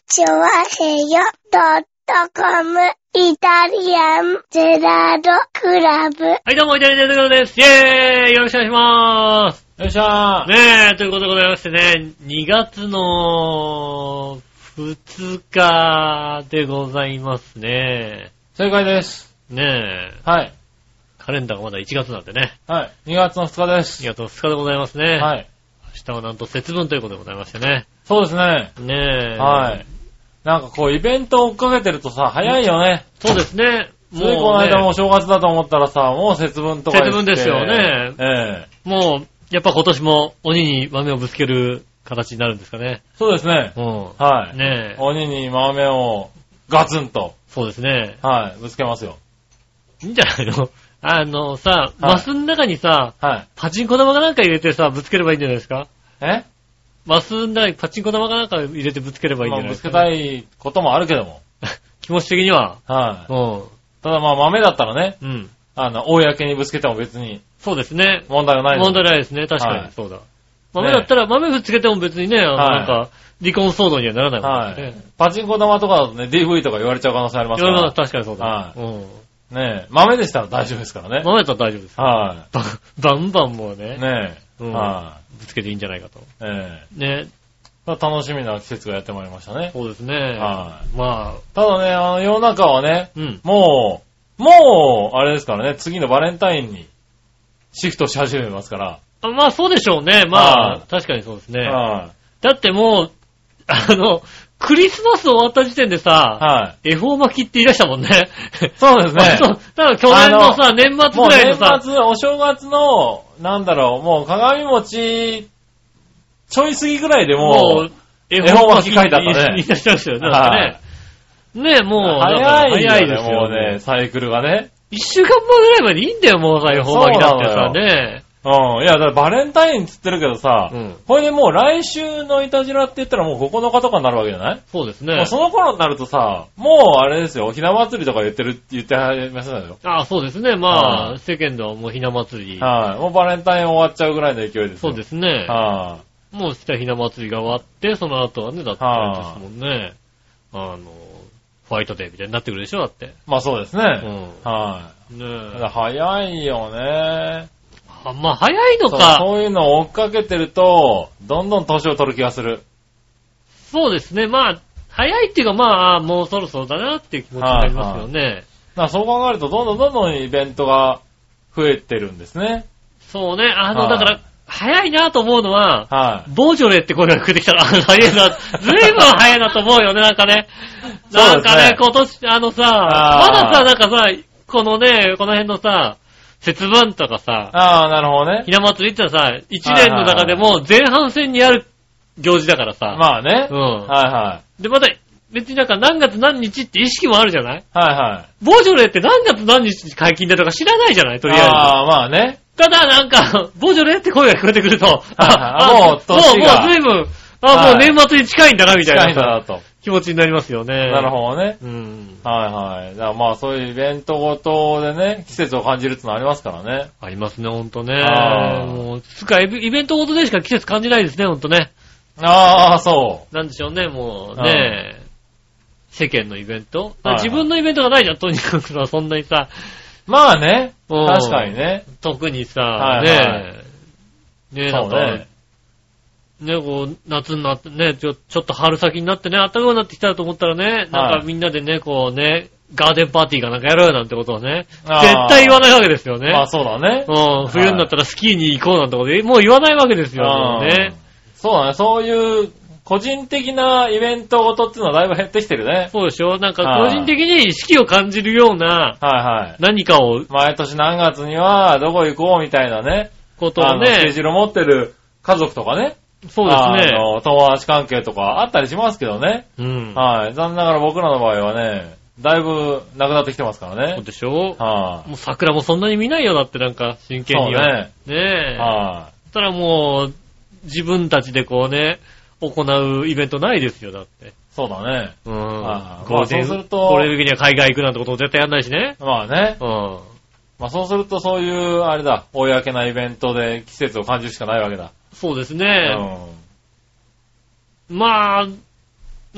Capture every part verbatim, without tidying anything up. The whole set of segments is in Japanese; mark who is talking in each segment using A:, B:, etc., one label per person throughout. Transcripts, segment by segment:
A: チョワヘヨドットコムイタリアンゼラードクラブ。
B: はい、どうも、イタリアンゼラードです。イェーイ、よろしくお願いしまーす。
C: よっしゃー。
B: ねえ、ということでございましてね、にがつのふつかでございますね。
C: 正解です。
B: ねえ。
C: はい。
B: カレンダーがまだいちがつなんでね。
C: はい。にがつのふつかです。
B: にがつのふつかでございますね。
C: はい。
B: 明日はなんと節分ということでございましてね。
C: そうですね。
B: ねえ。
C: はい。なんかこう、イベントを追っかけてるとさ、早いよね。
B: そうですね。
C: もう、ね、この間もお正月だと思ったらさ、もう節分とか言って。
B: 節分ですよね。
C: ええ。
B: もう、やっぱ今年も鬼に豆をぶつける形になるんですかね。
C: そうですね。
B: うん。
C: はい。
B: ねえ。
C: 鬼に豆をガツンと。
B: そうですね。
C: はい。ぶつけますよ。
B: いいんじゃないの？あのさ、はい、マスの中にさ、はい、パチンコ玉かなんか入れてさ、ぶつければいいんじゃないですか？
C: え？
B: マスの中にパチンコ玉かなんか入れてぶつければいいんじゃないですか、ね？
C: まあ、ぶつけたいこともあるけども。
B: 気持ち的には。
C: はい、
B: うん。
C: ただまあ豆だったらね、
B: うん。
C: あの、公にぶつけても別に。
B: そうですね。
C: 問題はないです。
B: 問題ないですね。確かに。そうだ。はい、豆だったら、豆ぶつけても別にね、あの、なんか、はい、離婚騒動にはならないもんですね、はい。
C: パチンコ玉とかだとね、ディーブイ とか言われちゃう可能性ありますから。
B: 確かにそうだ。
C: はい。
B: うん。
C: ねえ、豆でしたら大丈夫ですからね。
B: 豆だったら大丈夫です。
C: はい。
B: バンバンもうね。
C: ねえ。
B: うん。はい。ぶつけていいんじゃないかと。
C: ええ。
B: ね。
C: 楽しみな季節がやってまいりましたね。
B: そうですね。
C: はい。
B: まあ。
C: ただね、あの、世の中はね、
B: うん。
C: もう、もう、あれですからね、次のバレンタインにシフトし始めますから。
B: あ、まあそうでしょうね。まあ、確かにそうですね。はい。だってもう、あの、クリスマス終わった時点でさ、はい。恵方巻きって言い出したもんね。
C: そうですね。
B: そう。だから去年のさ、年末ぐらいのさ。
C: 年末、お正月の、なんだろう、もう鏡餅、ちょい過ぎぐらいでもう、恵方巻き書いてあったね。
B: 言い出しましたよね。はい。ねえ、もう、
C: 早い、
B: 早いですよ。
C: もうね、サイクルがね。
B: 一週間前ぐらいまでいいんだよ、もうさ、恵方巻きだってさ、ね。
C: うん。いや、だからバレンタインつってるけどさ、うん、これでもう来週のいたじらって言ったらもうここのかとかになるわけじゃない？
B: そうですね。
C: もうその頃になるとさ、もうあれですよ、ひな祭りとか言ってる、言ってはりますよ。
B: ああ、そうですね。まあ、世間ではもうひな祭り。
C: はい。もうバレンタイン終わっちゃうぐらいの勢いですよ。
B: そうですね。
C: はい。
B: もうしたひな祭りが終わって、その後はね、だってあれですもんね。あの、ホワイトデーみたいになってくるでしょ、だって。
C: まあそうですね。うん。はい。
B: ねえ。
C: 早いよね。
B: あ、まあ早いのか。
C: そう、そういうのを追っかけてると、どんどん年を取る気がする。
B: そうですね。まあ、早いっていうかまあ、もうそろそろだなっていう気持ちになりますよね。はいはい、
C: まあそう考えると、どんどんどんどんイベントが増えてるんですね。
B: そうね。あの、はい、だから、早いなと思うのは、
C: はい。
B: ボージョレって声が出てきたら、あ、早いな、ずいぶん早いなと思うよね、なんかね。なんかね、今年、あのさ、まださ、なんかさ、このね、この辺のさ、節分とかさ、
C: ああ、なるほどね。
B: ひな祭りってさ、一年の中でも前半戦にある行事だからさ。
C: まあね。
B: うん。
C: はいはい。
B: で、また、別になんか何月何日って意識もあるじゃない？
C: はいはい。
B: ボージョレって何月何日解禁だとか知らないじゃないとりあえず。
C: ああ、まあね。
B: ただなんか、ボージョレって声が聞こえてくると、はい
C: はい、もう年が。
B: もう、もう随分、あ、はい、もう年末に近いんだなみたいな。
C: 近いんだなと。
B: 気持ちになりますよね。
C: なるほどね。
B: うん。
C: はいはい。だからまあそういうイベントごとでね、季節を感じるってのありますからね。
B: ありますね、ほんとね。もう、つか、イベントごとでしか季節感じないですね、ほんとね。
C: ああ、そう。
B: なんでしょうね、もうね。世間のイベント、はいはい、自分のイベントがないじゃん、とにかくそんなにさ。
C: まあね。確かにね。
B: 特にさ、
C: はいはい、
B: ねえ。ねえ、なんか、ね、ね、こう、夏になってね、ちょ、ちょっと春先になってね、暖かくなってきたと思ったらね、なんかみんなでね、こうね、ガーデンパーティーかなんかやろうよなんてことをね、絶対言わないわけですよね。
C: まあそうだね。
B: うん、冬になったらスキーに行こうなんてこともう言わないわけですよね。
C: そうだね、そういう個人的なイベントごとっていうのはだいぶ減ってきてるね。
B: そうでしょ？なんか個人的に四季を感じるような、
C: はいはい。
B: 何かを、
C: 毎年何月にはどこ行こうみたいなね、
B: ことをね、
C: スケジュール持ってる家族とかね。
B: そうですね。
C: あの、友達関係とかあったりしますけどね。
B: うん。
C: はい。残念ながら僕らの場合はね、だいぶなくなってきてますからね。
B: そうでしょ？
C: はい。
B: もう桜もそんなに見ないよ、だってなんか、真剣には。そうね。ねえ。
C: はい。
B: そしたらもう、自分たちでこうね、行うイベントないですよ、だって。
C: そうだね。
B: うん。
C: はい。
B: まあ、そうすると、これ的には海外行くなんてことも絶対やんないしね。
C: まあね。
B: うん。
C: まあそうするとそういう、あれだ、公なイベントで季節を感じるしかないわけだ。
B: そうですね。うん。まあ、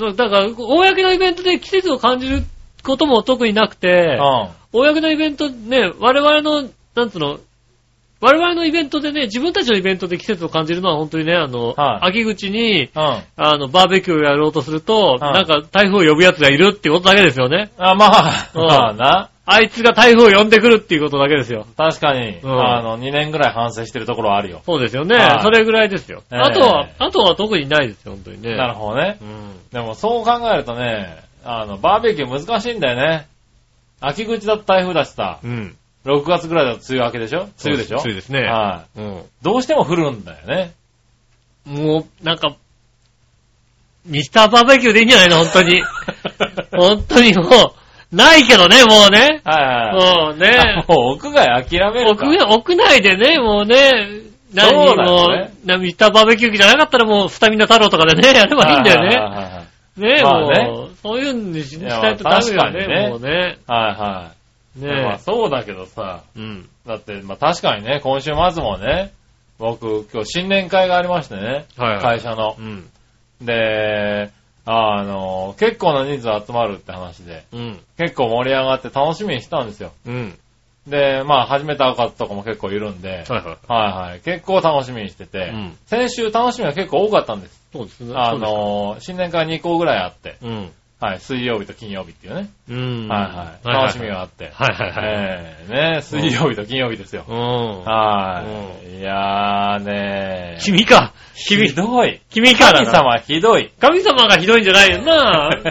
B: だから、公のイベントで季節を感じることも特になくて、うん、公のイベントね、我々の、なんつうの、我々のイベントでね、自分たちのイベントで季節を感じるのは本当にね、あの、はい、秋口に、うん、あの、バーベキューをやろうとすると、うん、なんか台風を呼ぶやつがいるっていうことだけですよね。
C: あ、まあ、うん、まあな。
B: あいつが台風を呼んでくるっていうことだけですよ。
C: 確かに、うん、あの、にねんぐらい反省してるところはあるよ。
B: そうですよね。はい、それぐらいですよ。えー、あとは、あとは特にないですよ、本当にね。
C: なるほどね。うん、でもそう考えるとね、あの、バーベキュー難しいんだよね。秋口だと台風だしさ。うん。ろくがつぐらいだと梅雨明けでしょ？梅雨でしょ？
B: 梅雨ですね。
C: はい、うん。どうしても降るんだよね。
B: もう、なんか、ミスターバーベキューでいいんじゃないの？本当に。本当にもう、ないけどね、もうね。
C: はい
B: はい。もうね。
C: もう屋外諦めるか。
B: 屋外、屋内でね、もうね、何も、ね、ミスターバーベキューじゃなかったらもう、スタミナ太郎とかでね、やればいいんだよね。はいはいはい、ね、まあ、もう、ね、そういうんにしたいとダメだよね、ねもうね。
C: はいはい。ねえ。まあそうだけどさ、うん。だって、まあ確かにね、今週末もね、僕、今日新年会がありましてね、はいはい、会社の。うん。で、あの、結構な人数集まるって話で、うん。結構盛り上がって楽しみにしてたんですよ。うん。で、まあ初めて会う方とかも結構いるんで、はいはい。はいはい。結構楽しみにしてて、うん。先週楽しみが結構多かったんです。
B: そうですね。
C: あの、新年会にこうぐらいあって、うん。はい、水曜日と金曜日っていうね。うん。はいはい。楽しみがあって。
B: はいはいはい。
C: ええー、ね、水曜日と金曜日ですよ。うん。はい。いやーねー。
B: 君か。君。
C: ひどい。
B: 君か。
C: 神様ひどい。
B: 神様がひどいんじゃないよな。だって、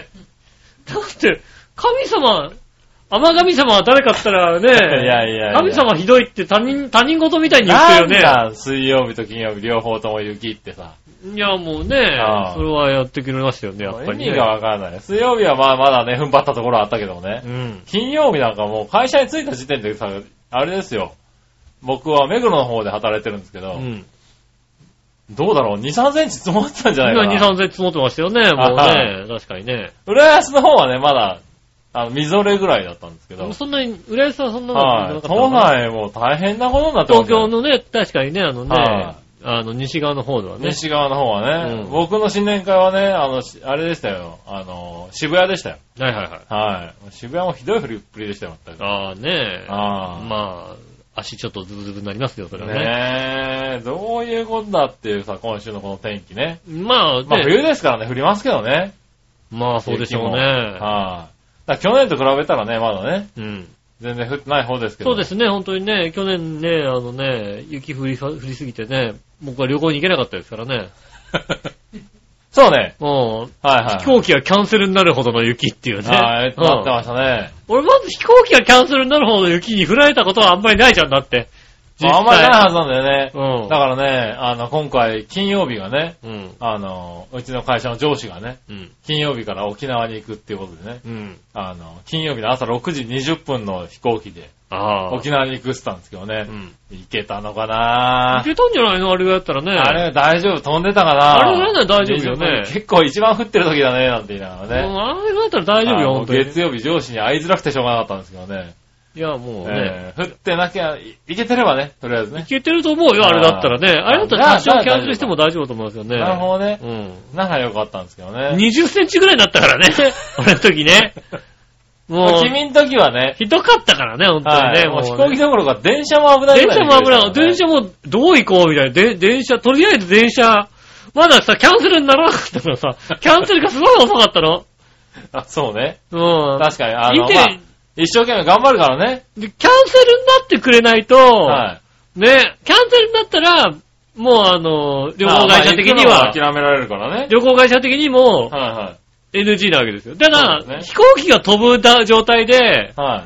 B: 神様、天神様は誰かって言ったらね、
C: いやいやいや
B: 神様ひどいって他人、他人事みたいに言ってるよね。
C: なんだ、水曜日と金曜日両方とも雪ってさ。
B: いや、もうね、それはやってくれましたよね、やっぱり、ね。
C: 意味がわからない。水曜日はまあまだね、踏ん張ったところはあったけどね。うん。金曜日なんかもう会社に着いた時点でさ、あれですよ。僕は目黒の方で働いてるんですけど、うん。どうだろう ?に、さんセンチ積もってたんじゃないかな。
B: に、さんセンチ積もってましたよね、もうね。確かにね。
C: 浦安の方はね、まだ、あの、みぞれぐらいだったんですけど。
B: そんなに、浦安はそんなこと
C: なかった。都内も大変なことになってます
B: よ。東京のね、確かにね、あのね、はあの、西側の方ではね。
C: 西側の方はね、うん、僕の新年会はね、あの、あれでしたよ。あの、渋谷でしたよ。
B: はいはいはい。
C: はい。渋谷もひどい振りっぷりでしたよ。
B: ああねああ。まあ、足ちょっとズブズブになりますよ、それはね。
C: ねえ、どういうことだっていうさ、今週のこの天気ね。
B: まあ、ね、
C: まあ冬ですからね、降りますけどね。
B: まあそうでしょうね。
C: はい、だ去年と比べたらね、まだね。うん。全然降ってない方ですけど。
B: そうですね、本当にね、去年ね、あのね、雪降り、降りすぎてね、僕は旅行に行けなかったですからね。
C: そうね。
B: うん。はいはい。飛行機がキャンセルになるほどの雪っていうね。
C: はい、なってましたね。
B: 俺まず飛行機がキャンセルになるほどの雪に降られたことはあんまりないじゃんだって。
C: あんまりないはずなんだよね。うん。だからね、あの、今回、金曜日がね、うん。あの、うちの会社の上司がね、うん。金曜日から沖縄に行くっていうことでね、うん。あの、金曜日の朝ろくじにじゅっぷんの飛行機で、ああ。沖縄に行くって言ったんですけどね、うん。行けたのかな
B: 行けたんじゃないのあれがやったらね。
C: あれ大丈夫飛んでたかな
B: あれがやったら大丈夫よね。
C: 結構一番降ってる時だね、なんて言いながらね。
B: もうあれがやったら大丈夫よ、本当に。
C: 月曜日上司に会いづらくてしょうがなかったんですけどね。
B: いや、もうね、
C: えー。降ってなきゃ、い, いけてればね、とりあえずね。
B: いけてると思うよ、あれだったらね。あれだったら多少キャンセルしても大丈夫と思いますよね。
C: なるほどね。うん。ならよかったんですけどね。
B: にじゅっセンチぐらいになったからね。俺の時ね。
C: もう。君の時はね。
B: ひどかったからね、本当にね。
C: もう飛行機どころか電車も危ないぐらい、
B: ね。電車も危ない。電車もどう行こうみたいな。で、電車、とりあえず電車、まださ、キャンセルにならなかったからさ、キャンセルがすごい遅かったの。
C: あ、そうね。
B: うん。
C: 確かに、あの、まあ一生懸命頑張るからね。
B: で、キャンセルになってくれないと、はい。ね、キャンセルになったら、もうあの、旅行会社的には、
C: 諦められるからね。
B: 旅行会社的にも、はいはい。エヌジー なわけですよ。ただ、ね、飛行機が飛ぶ状態で、はい。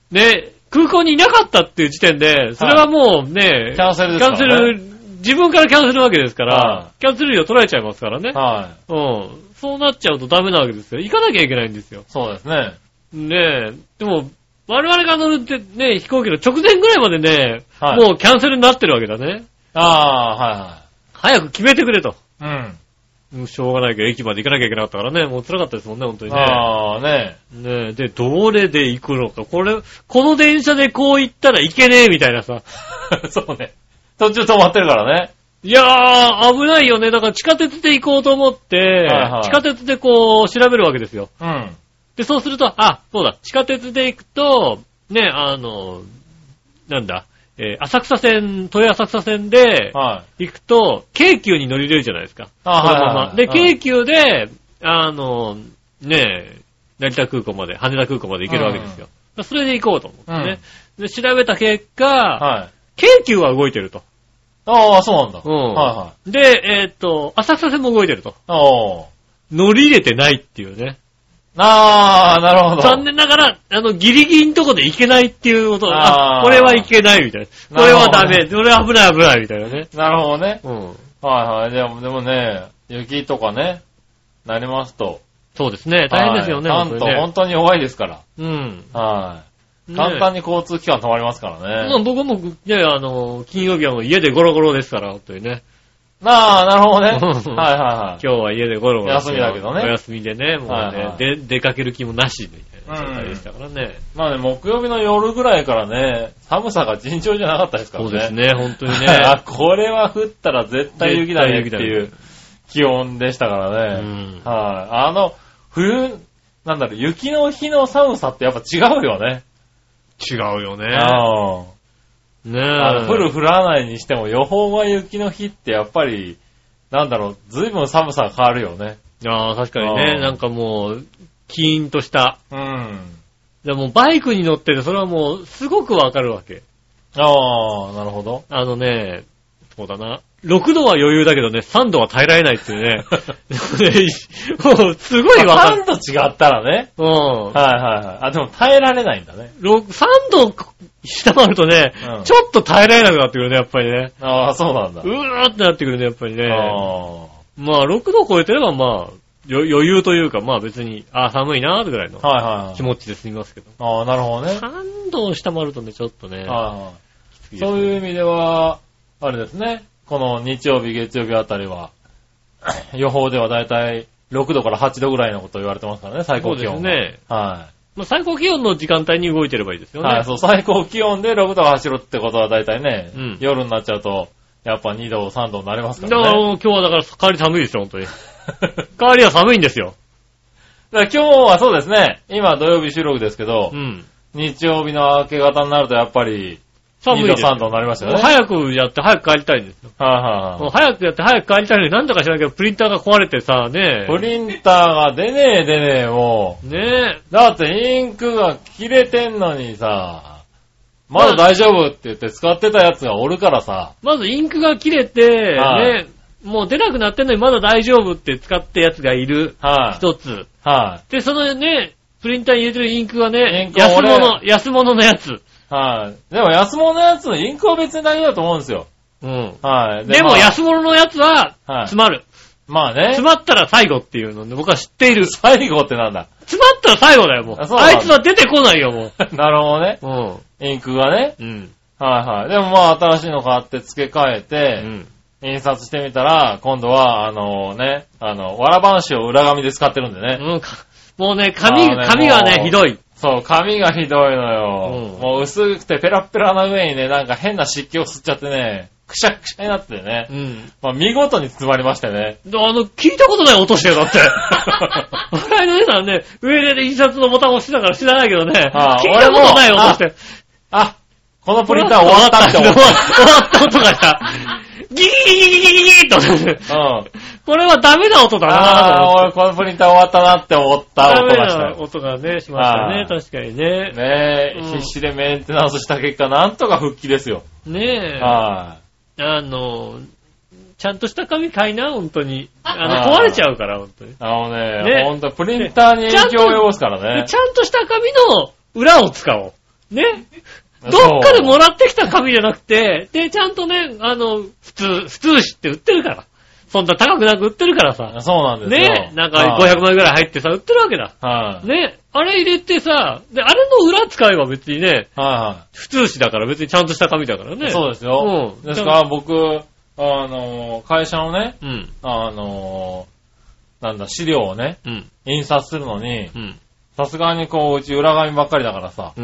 B: ね、空港にいなかったっていう時点で、それはもうね、はい、
C: キャンセルですからね。キャンセル、
B: 自分からキャンセルなわけですから、はい、キャンセル料取られちゃいますからね。
C: はい。
B: うん。そうなっちゃうとダメなわけですよ。行かなきゃいけないんですよ。
C: そうですね。
B: ねえ、でも、我々が乗るってね、飛行機の直前ぐらいまでね、はい、もうキャンセルになってるわけだね。
C: ああ、はいはい。
B: 早く決めてくれと。
C: うん。
B: もうしょうがないけど、駅まで行かなきゃいけなかったからね、もう辛かったですもんね、本当にね。
C: ああ、ね
B: ねえ、で、どれで行くのか、これ、この電車でこう行ったらいけねえ、みたいなさ。
C: そうね。途中止まってるからね。
B: いやー、危ないよね。だから地下鉄で行こうと思って、はいはい、地下鉄でこう調べるわけですよ。
C: うん。
B: で、そうすると、あ、そうだ、地下鉄で行くと、ね、あの、なんだ、えー、浅草線、豊浅草線で、行くと、はい、京急に乗り入れるじゃないですか。
C: あ、そのまま。はいはい、
B: で、京急で、あの、ね、成田空港まで、羽田空港まで行けるわけですよ。うん、それで行こうと思ってね。うん、で、調べた結果、はい、京急は動いてると。
C: ああ、そうなんだ。
B: うん。はいはい。で、えー、っと、浅草線も動いてると。
C: ああ。
B: 乗り入れてないっていうね。
C: ああ、なるほど。
B: 残念ながら、あの、ギリギリのとこで行けないっていうこと。ああ、これはいけないみたいな。これはダメ。これは危ない危ないみたいなね。
C: なるほどね。
B: うん。
C: はいはい。でも、でもね、雪とかね、なりますと。
B: そうですね。大変ですよね。
C: 関東本当に弱いですから。
B: うん。
C: はい。簡単に交通機関止まりますからね。
B: まあ僕も、いやいや、あの、金曜日はもう家でゴロゴロですから、本当にね。
C: ああ、なるほどね。はいはいはい。
B: 今日は家でゴロゴロ。
C: 休みだけどね。
B: お休みでね、もうね、はいはい、で、出かける気もなしみたいな状態でしたからね。
C: うん、まあね、木曜日の夜ぐらいからね、寒さが尋常じゃなかったですからね。
B: そうですね、本当にね。
C: あ、これは降ったら絶対雪だねっていう気温でしたからね。うん、はい、あの、冬、なんだろう、雪の日の寒さってやっぱ違うよね。
B: 違うよね。
C: ああ。
B: ねえ。
C: あの、降る降らないにしても予報が雪の日ってやっぱり、なんだろう、ずいぶん寒さが変わるよね。
B: ああ、確かにね。なんかもう、キーンとした。
C: うん。
B: でもバイクに乗ってて、それはもう、すごくわかるわけ。
C: ああ、なるほど。
B: あのね、そうだな。ろくどは余裕だけどね、さんどは耐えられないっていうね。もう、すごいわかる。
C: さんど違ったらね。
B: うん。
C: はいはいはい。あ、でも耐えられないんだね。
B: さんど下回るとね、うん、ちょっと耐えられなくなってくるね、やっぱりね。
C: ああ、そうなんだ。
B: うーってなってくるね、やっぱりね。あまあ、ろくど超えてれば、まあ、余裕というか、まあ別に、ああ、寒いなーぐらいの気持ちで済みますけど。
C: はいはいはい、ああ、なるほどね。
B: さんどを下回るとね、ちょっとね。
C: あねそういう意味では、あれですね。この日曜日、月曜日あたりは、予報ではだいたいろくどからはちどぐらいのことを言われてますからね、最高気温。
B: そうですね。
C: はい。
B: まあ、最高気温の時間帯に動いてればいいですよね。
C: はい、そう、最高気温でろくどが走るってことはだいたいね、うん、夜になっちゃうと、やっぱにど、さんどになりますからね。
B: だから今日はだから帰り寒いですよ、本当に。帰りは寒いんですよ。
C: だから今日はそうですね、今土曜日収録ですけど、うん、日曜日の明け方になるとやっぱり、にどさんどになりますよね。
B: 早くやって早く帰りたいんですよ。
C: はいはいはい。
B: もう早くやって早く帰りたいのになんとかしなきゃプリンターが壊れてさ、ね
C: プリンターが出ねえ出ねえもう。
B: ねえ。
C: だってインクが切れてんのにさ、まだ大丈夫って言って使ってたやつがおるからさ。
B: まずインクが切れて、ね、もう出なくなってんのにまだ大丈夫って使ってやつがいる。はい。一つ。
C: はい。
B: で、そのね、プリンターに入れてるインクがね、安物、安物のやつ。
C: はい。でも安物のやつのインクは別に大丈夫だと思うんですよ。
B: うん。
C: はい。
B: で, でも、まあ、安物のやつは、詰まる。
C: まあね。
B: 詰まったら最後っていうので僕は知っている。
C: 最後ってなんだ。
B: 詰まったら最後だよ、もう。あ, あいつは出てこないよ、も
C: う。なるほどね。
B: うん。
C: インクがね。
B: うん。
C: はいはい。でもまあ新しいの買って付け替えて、うん。印刷してみたら、今度は、あのね、あの、わらばんしを裏紙で使ってるんでね。
B: うん。もうね、紙、ね、紙がね、ひどい。
C: そう、紙がひどいのよ。うん、もう薄くてペラッペラな上にね、なんか変な湿気を吸っちゃってね、くしゃくしゃになってね。うん。まあ見事に包まれましたよね。
B: あの、聞いたことない音してるだって。笑いの姉さんね、上で印刷のボタンを押してたから知らないけどね。ああ聞いたことない音してる。
C: あ、このプリンター終わったって思った。
B: 終わった音がした。ギギギギギギギギーって音。うん。これはダメな音だなぁ。
C: ああ、俺このプリンター終わったなって思った音がした。
B: ダメな音がね、しましたね。確かにね。
C: ねえ、うん、必死でメンテナンスした結果、なんとか復帰ですよ。
B: ねえ。
C: はい。
B: あの、ちゃんとした紙買いな、本当に。あの、壊れちゃうから、本当に。
C: あのね、ねほんと、プリンターに影響を及ぼすからね。
B: ちゃんとした紙の裏を使おう。ね。どっかでもらってきた紙じゃなくて、で、ちゃんとね、あの、普通、普通紙って売ってるから。そんな高くなく売ってるからさ。
C: そうなんですよ。
B: ね。なんかごひゃくまいぐらい入ってさ、売ってるわけだ。
C: はい。
B: ね。あれ入れてさ、で、あれの裏使えば別にね、
C: はい。
B: 普通紙だから別にちゃんとした紙だからね。
C: そうですよ。うん。ですから僕、あの、会社のね、うん。あの、なんだ、資料をね、うん。印刷するのに、うん。さすがにこう、うち裏紙ばっかりだからさ、うん。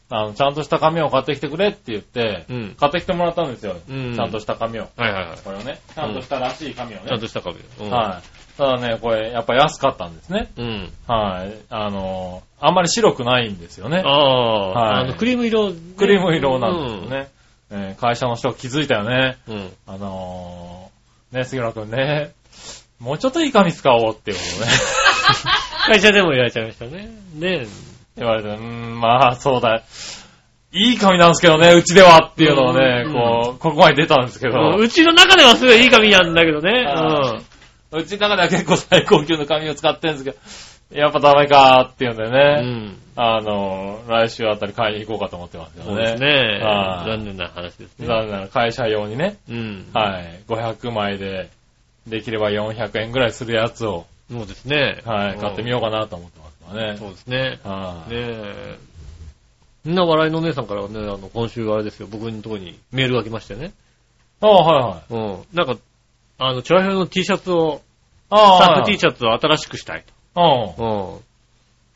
C: あの、ちゃんとした紙を買ってきてくれって言って、うん、買ってきてもらったんですよ。うん、ちゃんとした紙を。
B: はいはいはい。
C: これをね、ちゃんとしたらしい紙をね。
B: ちゃんとした紙を。
C: うん、はい。ただね、これ、やっぱ安かったんですね。うん。はい。あの、あんまり白くないんですよね。
B: ああ。はい。あの、クリーム色、
C: ね。クリーム色なんですよね。うん、えー、会社の人気づいたよね。うん。あのー、ね、杉村くんね、もうちょっといい紙使おうっていうことね。
B: 会社でも言われちゃいましたね。ね
C: 言われて、うーん、まあ、そうだ。いい紙なんですけどね、うちではっていうのをね、うん、こう、ここまで出たんですけど。
B: うちの中ではすごいいい紙なんだけどね。
C: うん、うちの中では結構最高級の紙を使ってるんですけど、やっぱダメかーっていうんでね、うん、あの、来週あたり買いに行こうかと思ってますけどね。そう
B: ですね。残念な話ですね。
C: 残念な会社用にね、うん、はい、ごひゃくまいで、できればよんひゃくえんぐらいするやつを、
B: そうですね。
C: はい、買ってみようかなと思ってますからね。
B: そうですね。はい。ねえ。みんな笑いのお姉さんからはね、あの、今週あれですよ、僕のところにメールが来ましてね。
C: ああ、はいはい。
B: うん。なんか、あの、チョアヘヨの T シャツを、スタッフ T シャツを新しくしたいと。ああ。うん。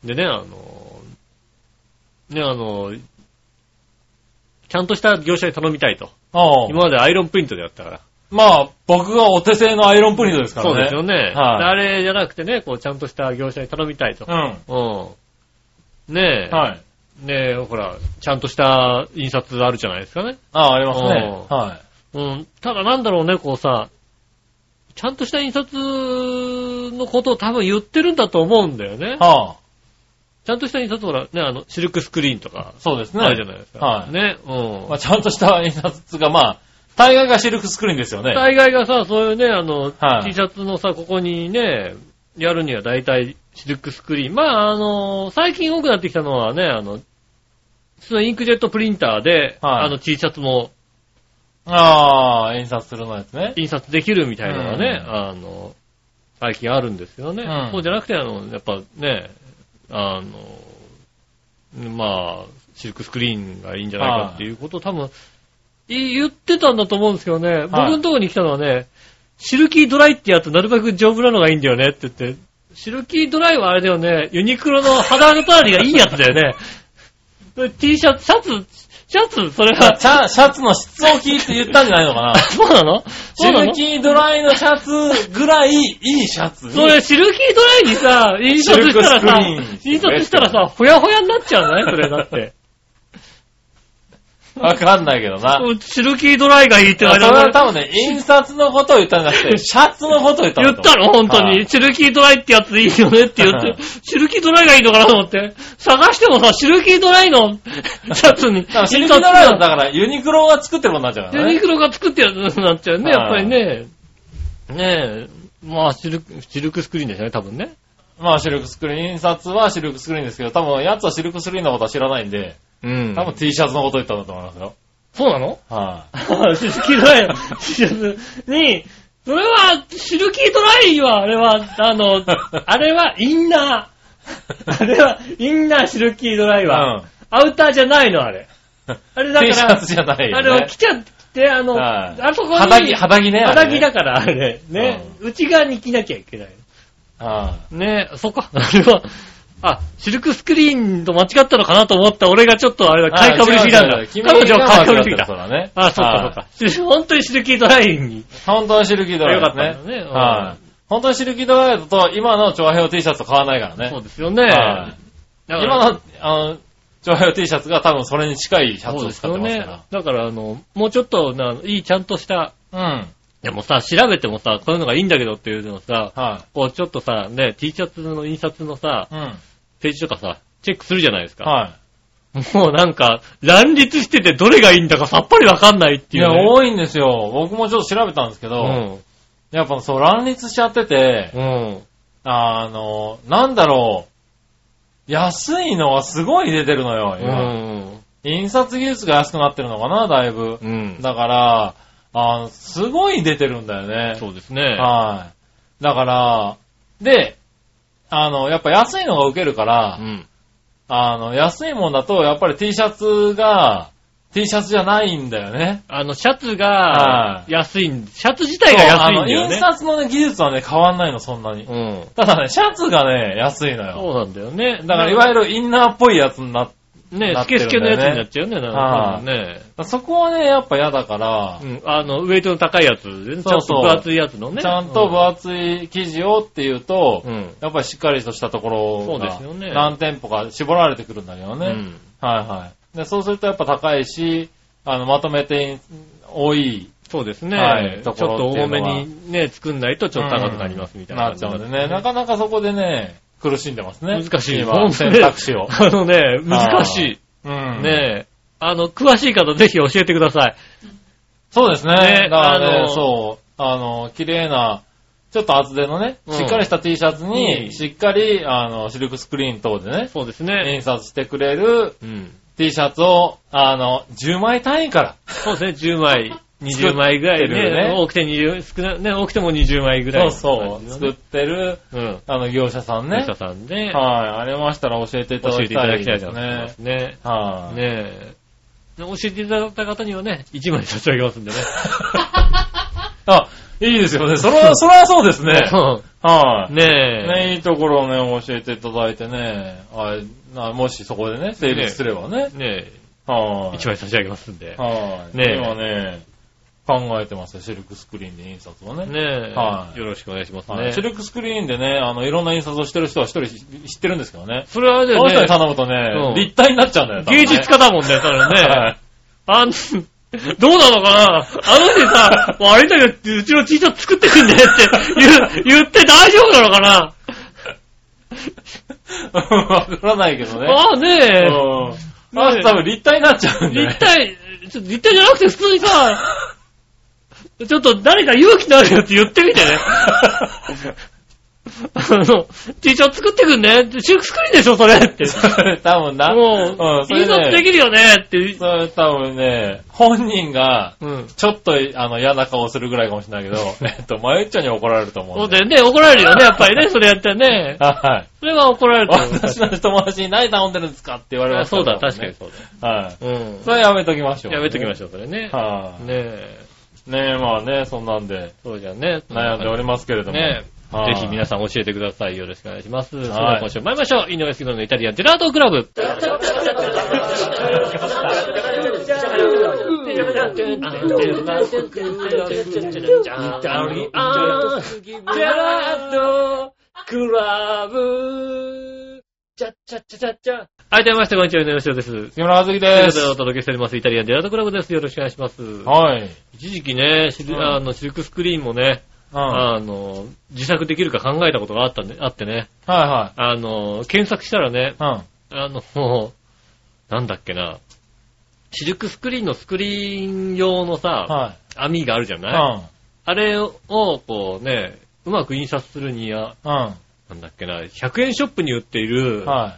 B: でね、あの、ね、あの、ちゃんとした業者に頼みたいと。ああ。今までアイロンプリントでやったから。
C: まあ、僕がお手製のアイロンプリントですからね。
B: そうですよね。はい。あれじゃなくてね、こう、ちゃんとした業者に頼みたいと。うん。うん。ねえ。はい。ねえ、ほら、ちゃんとした印刷あるじゃないですかね。
C: ああ、ありますね。は
B: い。うん。ただなんだろうね、こうさ、ちゃんとした印刷のことを多分言ってるんだと思うんだよね。はあ。ちゃんとした印刷ほら、ね、あの、シルクスクリーンとか。
C: そうですね。
B: あるじゃないですか。はい。ね。
C: うん。まあ、ちゃんとした印刷が、まあ、大概がシルクスクリーンですよね。
B: 大概がさ、そういうね、あの、はい、T シャツのさ、ここにね、やるには大体シルクスクリーン。まあ、あの、最近多くなってきたのはね、あの、普通のインクジェットプリンターで、はい、あの T シャツも、
C: ああ、印刷するのやつね。
B: 印刷できるみたいなのがね、うん、あの、最近あるんですよね。うん、そうじゃなくて、あの、やっぱね、あの、まあ、シルクスクリーンがいいんじゃないかっていうことを多分、言ってたんだと思うんですけどね、はい、僕のところに来たのはね、シルキードライってやつなるべく丈夫なのがいいんだよねって言って、シルキードライはあれだよね、ユニクロの肌当たりがいいやつだよね。T シャツ、シャツ、シャツ、それは。
C: シャ、シャツの質を聞いて言ったんじゃないのかな。
B: そうなの
C: シルキードライのシャツぐらいいいシャツに。
B: それ、シルキードライにさ、印刷したらさ、印刷したらさ、ほやほやになっちゃうね、それだって。
C: わかんないけどな。
B: シルキードライがいいって言われた。
C: それは多分ね、印刷のことを言ったんじゃなくて、シャツのことを言った
B: の。言ったの本当に。シルキードライってやついいよねって言って、シルキードライがいいのかなと思って。探してもさ、シルキードライのシャツに。
C: シルキードライはだからユニクロが作ってるもんになっちゃうからね。
B: ユニクロが作ってるもんになっちゃうね、やっぱりね。ねえ。まあ、シルク、シルクスクリーンですよね、多分ね。
C: まあ、シルクスクリーン、印刷はシルクスクリーンですけど、多分、やつはシルクスクリーンのことは知らないんで、うん。多分 T シャツのことを言ったんだと思いますよ。
B: そうなの
C: はい、
B: シルキードライの T シャツに、それは、シルキードライは、あれは、あの、あれはインナー。あれは、インナーシルキードライは、うん、アウターじゃないの、あれ。あれだから、T
C: シャツじゃないよね。
B: あれを着ちゃって、あの、はい、あそこに、
C: 肌着、肌着ね。
B: 肌着だから、あれ、ね、うん、内側に着なきゃいけない。
C: ああ
B: ねえ、そっか、あれは、あ、シルクスクリーンと間違ったのかなと思った俺がちょっとあれだ、買いかぶりすぎなんだ。彼女は買いかぶりすぎた。
C: そうだね。
B: あ、そっかそっか。本当にシルキードライに。
C: 本当にシルキードライですね。よかったね。はい。本当にシルキードライだと今のチョアヘヨ T シャツと変わらないからね。
B: そうですよね。
C: はい。今の、あの、チョアヘヨ T シャツが多分それに近いシャツを使ってますから。そうですよね。
B: だからあの、もうちょっとな、いいちゃんとした、うん。でもさ、調べてもさ、こういうのがいいんだけどっていうのをさ、はい。こうちょっとさ、ね、T シャツの印刷のさ、うん。ページとかさ、チェックするじゃないですか。はい。もうなんか、乱立しててどれがいいんだかさっぱりわかんないっていう、ね。
C: いや、多いんですよ。僕もちょっと調べたんですけど、うん、やっぱそう、乱立しちゃってて、うん、あの、なんだろう、安いのはすごい出てるのよ、今。うん、印刷技術が安くなってるのかな、だいぶ。うん、だから、あすごい出てるんだよね。
B: そうですね。
C: はい。だから、で、あの、やっぱ安いのが受けるから、うん、あの、安いもんだと、やっぱり T シャツが、T シャツじゃないんだよね。
B: あの、シャツが、安い、シャツ自体が安いんだよね。
C: 印刷のね、技術はね、変わんないの、そんなに。うん。ただね、シャツがね、安いのよ。
B: そうなんだよね。
C: だから、いわゆるインナーっぽいやつになっ
B: ね、スケスケのやつになっちゃうね、なんかね。
C: そこはね、やっぱ嫌だから、
B: うん、あの、ウェイトの高いやつ、ちゃんと分厚いやつのね。
C: ちゃんと分厚い生地をっていうと、うん、やっぱりしっかりとしたところが、何店舗か絞られてくるんだけどね。うん、はいはい。で、そうするとやっぱ高いし、あの、まとめて多い。
B: そうですね。はい、ちょっと多めにね、作んないとちょっと高くなりますみたいな感じ、
C: ね、なっちゃうんでね、なかなかそこでね、苦しんでますね。
B: 難しい。
C: 今、選択肢を。
B: あのね、難しい。うん、ねえ。あの、詳しい方ぜひ教えてください。
C: そうですね。ねだからね、あのー、そう、あの、綺麗な、ちょっと厚手のね、しっかりした T シャツに、しっかり、あの、シルクスクリーン等でね、
B: そうですね。
C: 印刷してくれる、うん、T シャツを、あの、じゅうまい単位から。
B: そうですね、じゅうまい。にじゅうまいぐらいね。ね多くてにじゅう、少な、ね、多くてもにじゅうまいぐらい、ね。
C: そうそう。作ってる、うん、あの、業者さんね。
B: 業者さんで。
C: はい。ありましたら教えていただきたいですね。教えていただきたいです
B: ね。
C: はい。
B: ねえ。教えていただいた方にはね、いちまい差し上げますんでね。
C: あ、いいですよね。それは、それはそうですね。はい。
B: ねえ。
C: ねいいところをね、教えていただいてね。あもしそこでね、成立すればね。
B: ねえ。
C: はい。
B: いちまい差し上げますんで。
C: はい。ね今ね、考えてますよ、シルクスクリーンで印刷をね。
B: ねえ。はい。よろしくお願いしますね。
C: シルクスクリーンでね、あの、いろんな印刷をしてる人は一人知ってるんですけどね。
B: それはね、
C: その人に頼むとね、立体になっちゃうんだよ。
B: 芸術家だもんね、それね。はい。あん、どうなのかなあの人さ、もうあれだけど、うちの T シャツ作ってくんねって言, 言って大丈夫なのかな
C: わからないけどね。
B: ああねえ。
C: うん。あ、多分立体になっちゃうんだよ。
B: 立体、ちょっと立体じゃなくて普通にさ、ちょっと誰か勇気のあるやつ言ってみてね。あの、T シャツ作ってくんね。シルクスクリーンでしょ、それって。
C: 多分な。
B: もう、うん、印刷できるよねって。
C: それ多分ね、本人が、ちょっと、あの、嫌な顔するぐらいかもしれないけど、えっと、まゆっちゃんに怒られると思う。
B: そうだよね、怒られるよね、やっぱりね、それやったらね。
C: はい。
B: それは怒られると思う。
C: 私の友達に何頼んでるんですかって言われました、
B: ね。そうだ、確かにそう
C: だ。はい。うん。それやめときましょう、
B: ね。やめときましょう、それね。
C: はい、
B: ねえ。
C: ねえ、まあね、そんなんで。
B: そうじゃね。
C: 悩んでおりますけれども。
B: ねえ。ぜひ皆さん教えてください。よろしくお願いします。それでは今週参りましょう。井上杉村のイタリアンジェラートクラブ。はい、どうもまして、こんにちは、井上杉です。
C: 杉村和樹です。
B: ということでお届けしております、イタリアンジェラートクラブです。よろしくお願いします。
C: はい。
B: 一時期ね、あの、シルクスクリーンもね、うん、あの、自作できるか考えたことがあったね、あってね。
C: はいはい。
B: あの、検索したらね、
C: うん、あ
B: の、もう、なんだっけな、シルクスクリーンのスクリーン用のさ、はい、網があるじゃない、うん、あれを、こうね、うまく印刷するには、
C: うん、
B: なんだっけな、ひゃくえんショップに売っている、
C: はい、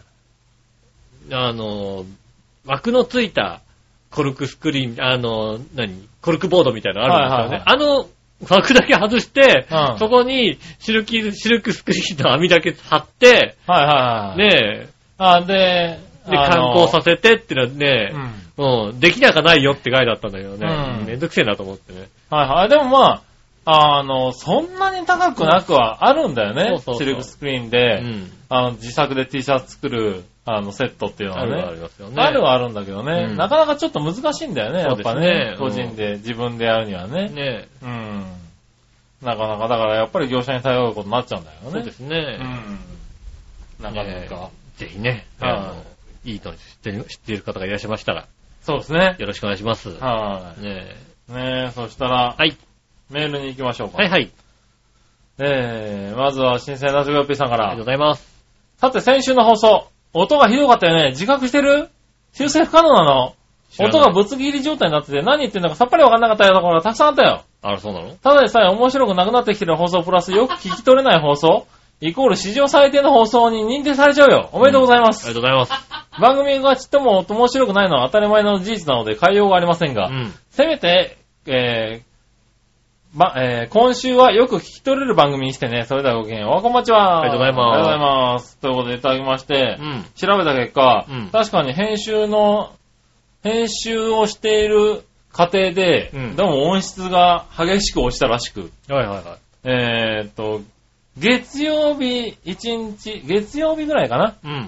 B: あの、枠のついたコルクスクリーン、あの、何コルクボードみたいなのあるんですよね。はいはいはい、あの、枠だけ外して、うん、そこにシルキ、シルクスクリーンの網だけ貼って、
C: はいはいはい。
B: ねえ。
C: あ、で、
B: で、観光させてってのはね、うん、うん、できなかないよって書いてあったんだけどね、うん、めんどくせえなと思ってね。
C: はいはい。でもまあ、あの、そんなに高くなくはあるんだよね。そうそうそう、シルクスクリーンで、うん、あの、自作で T シャツ作る、あの、セットっていうのはね。
B: あるありますよね。
C: あるはあるんだけどね、うん、なかなかちょっと難しいんだよね、やっぱね。個人で、自分でやるにはね。
B: ね
C: うん。なかなか、だからやっぱり業者に頼ることになっちゃうんだよね。
B: そうですね。
C: うん。なかなか。
B: ぜひね、あの、いいと知ってる、知っている方がいらっしゃいましたら。
C: そうですね。
B: よろしくお願いします。
C: はい。
B: ね
C: え。ねえ、そしたら、
B: はい。
C: メールに行きましょうか。
B: はいはい。
C: えー、まずは新鮮なジョガピーさんから。
B: ありがとうございます。
C: さて、先週の放送、音がひどかったよね。自覚してる？修正不可能なの？音がぶつ切り状態になってて何言ってんだかさっぱりわかんなかったようなところがたくさんあったよ。
B: あら、そうなの？
C: ただでさえ面白くなくなってきてる放送プラスよく聞き取れない放送イコール史上最低の放送に認定されちゃうよ。おめでとうございます。
B: うん、ありがとうございます。
C: 番組がちっとも面白くないのは当たり前の事実なので変えようがありませんが、
B: うん、
C: せめて、えーまえー、今週はよく聞き取れる番組にしてね。それではごきげんよう。おはこんばんちは。
B: ありがとうございます。
C: ありがとうございます。ということでいただきまして、
B: うん、
C: 調べた結果、
B: うん、
C: 確かに編集の、編集をしている過程で、うん、でも音質が激しく落ちたらしく、
B: はいはいはい。
C: えーっと、月曜日いちにち、月曜日ぐらいかな、
B: うん。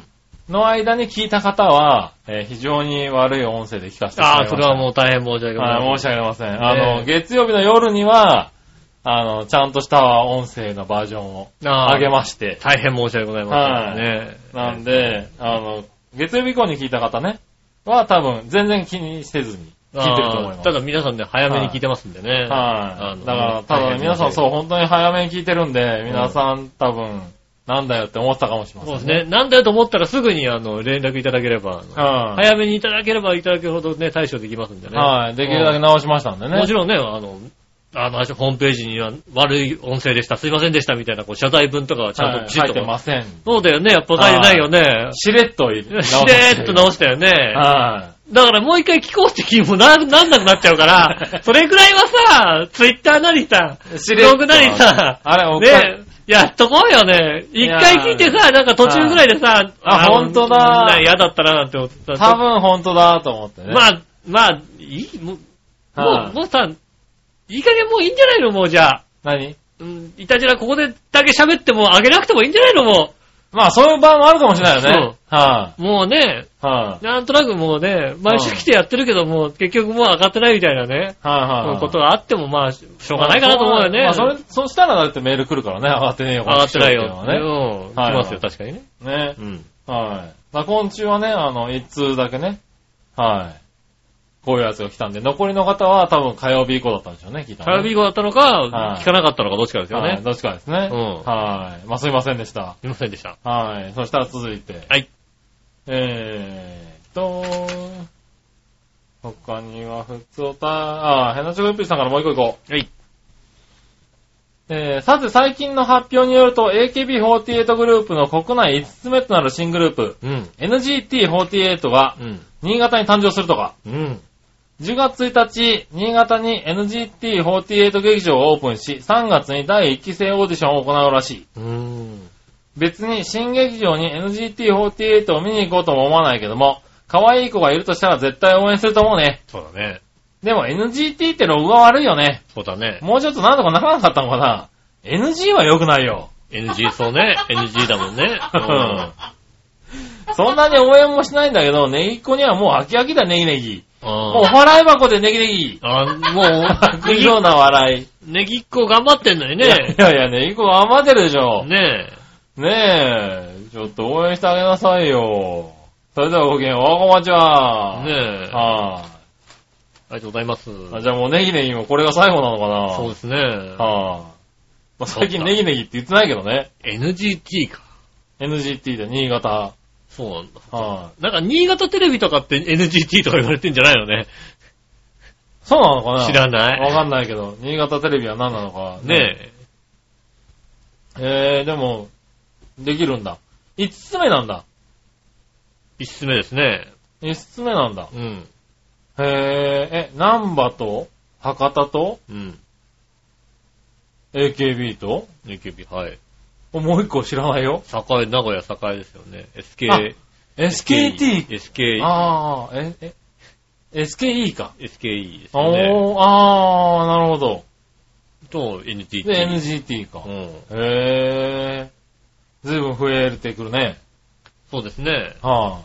C: の間に聞いた方は、えー、非常に悪い音声で聞かせていただきました。ああ、
B: それはもう大変申し訳ございません。
C: 申し訳ありません。あの、月曜日の夜には、あの、ちゃんとした音声のバージョンを上げまして。
B: 大変申し訳ございませんね。
C: はい。なんで、あの、月曜日以降に聞いた方ね、は多分全然気にせずに聞いてると思います。
B: ただ皆さんね、早めに聞いてますんでね。はい。
C: はい、だから、ただ、ね、皆さんそう、本当に早めに聞いてるんで、皆さん多分、なんだよって思ったかもしれませんね。
B: そうですね。なんだよと思ったらすぐにあの連絡いただければ、はい、早めにいただければいただけるほどね、対処できますんでね。
C: はい。できるだけ直しましたんでね。
B: もちろんね、あの、あの、ホームページには悪い音声でした、すいませんでしたみたいなこう謝罪文とかはちゃんと
C: きちっと、はい、書いてません。
B: そうだよね、やっぱ書いてないよね。
C: しれっと直
B: した。しれっと直したよね。
C: はい。
B: だからもう一回聞こうって気もな、なんなくなっちゃうから、それくらいはさ、ツイッターなりさ、ブログなりさ、
C: あれ、お
B: ね、やっとこうよね。一回聞いてさ、なんか途中ぐらいでさ、
C: あ、ほんとだ。
B: 嫌だったななんて思ってた。
C: 多分ほんとだと思ってね。
B: まあ、まあ、いい、もう、もう、もうさ、いい加減もういいんじゃないのもうじゃあ。
C: 何
B: うん、いたじらここでだけ喋ってもあげなくてもいいんじゃないのも
C: う。まあそういう場合もあるかもしれないよね。そう。
B: はい、もうね、
C: はい、
B: なんとなくもうね、毎週来てやってるけども、結局もう上がってないみたいなね。
C: はいはい。
B: ことがあってもまあ、しょうがないかなと思うよね。
C: まあそれ、そしたらだってメール来るからね、上がってねえよ。
B: 上がってないよ。ね。うん。来ますよ、確かにね。
C: ね。うん。はい。まあ今週はね、あの、一通だけね。はい。こういうやつが来たんで、残りの方は多分火曜日以降だったんでしょうね、聞いたの、ね。
B: 火曜日以降だったのか、聞かなかったのかどっちかですよね。
C: はい、どっちかですね。
B: うん。
C: はい。まあすいませんでした。
B: すいませんでした。
C: はい。そしたら続いて。
B: はい。
C: えーっと、他には普通おた、あ、ヘナチョコヨッピーさんからもう一個行こう。
B: はい。
C: えー、さて最近の発表によると エーケービーフォーティーエイト グループの国内いつつめとなる新グループ、うん、エヌジーティーフォーティーエイト が新潟に誕生するとか、
B: うん、
C: じゅうがつついたち、新潟に エヌジーティーフォーティーエイト 劇場をオープンし、さんがつにだいいっきせいオーディションを行うらしい。
B: うん、
C: 別に新劇場に エヌジーティーフォーティーエイト を見に行こうとも思わないけども、可愛い子がいるとしたら絶対応援すると思うね。
B: そうだね。
C: でも エヌジーティー ってロゴが悪いよね。
B: そうだね。
C: もうちょっとなんとかならなかったのかな。エヌジー は良くないよ。
B: エヌジー そうね。エヌジー だもんね。うん、
C: そんなに応援もしないんだけど、ネギっ子にはもう飽き飽きだ、ネギネギ。もうお笑い箱でネギネギ。
B: あ、もう、
C: 飽くような笑い。
B: ネギっ子頑張ってんのにね。い
C: やいや、ネギっ子頑張ってるでしょ。
B: ね
C: え。ねえ。ちょっと応援してあげなさいよ。それではごきげん、おわこまちは。
B: ねえ。
C: はい、あ。
B: ありがとうございます。
C: あ、じゃあもうネギネギもこれが最後なのかな。
B: そうですね。
C: はあ。まあ、最近ネギネギって言ってないけどね。
B: エヌジーティー か。
C: エヌジーティー で新潟。
B: そうなんだ。
C: はい、
B: なんか新潟テレビとかって エヌジーティー とか言われてんじゃないのね。
C: そうなのかな。
B: 知らない。
C: わかんないけど、新潟テレビは何なのか。
B: ね
C: え。えー、でも、できるんだ。いつつめなんだ。
B: いつつめですね。
C: いつつめなんだ。
B: うん。
C: へえ、え、南波と博多と
B: うん。
C: エーケービー と
B: エーケービー、はい。
C: もう一個知らないよ。
B: 栄、名古屋栄ですよね。エスケー。
C: エスケーティー。
B: エスケー。
C: ああ、え、え、エスケーイー か。
B: エスケーイー ですよね。
C: おー、ああ、なるほど。
B: と、エヌジーティー。
C: で、エヌジーティー か。
B: うん。
C: へえ。ずいぶん増えてくるね。
B: そうですね。
C: は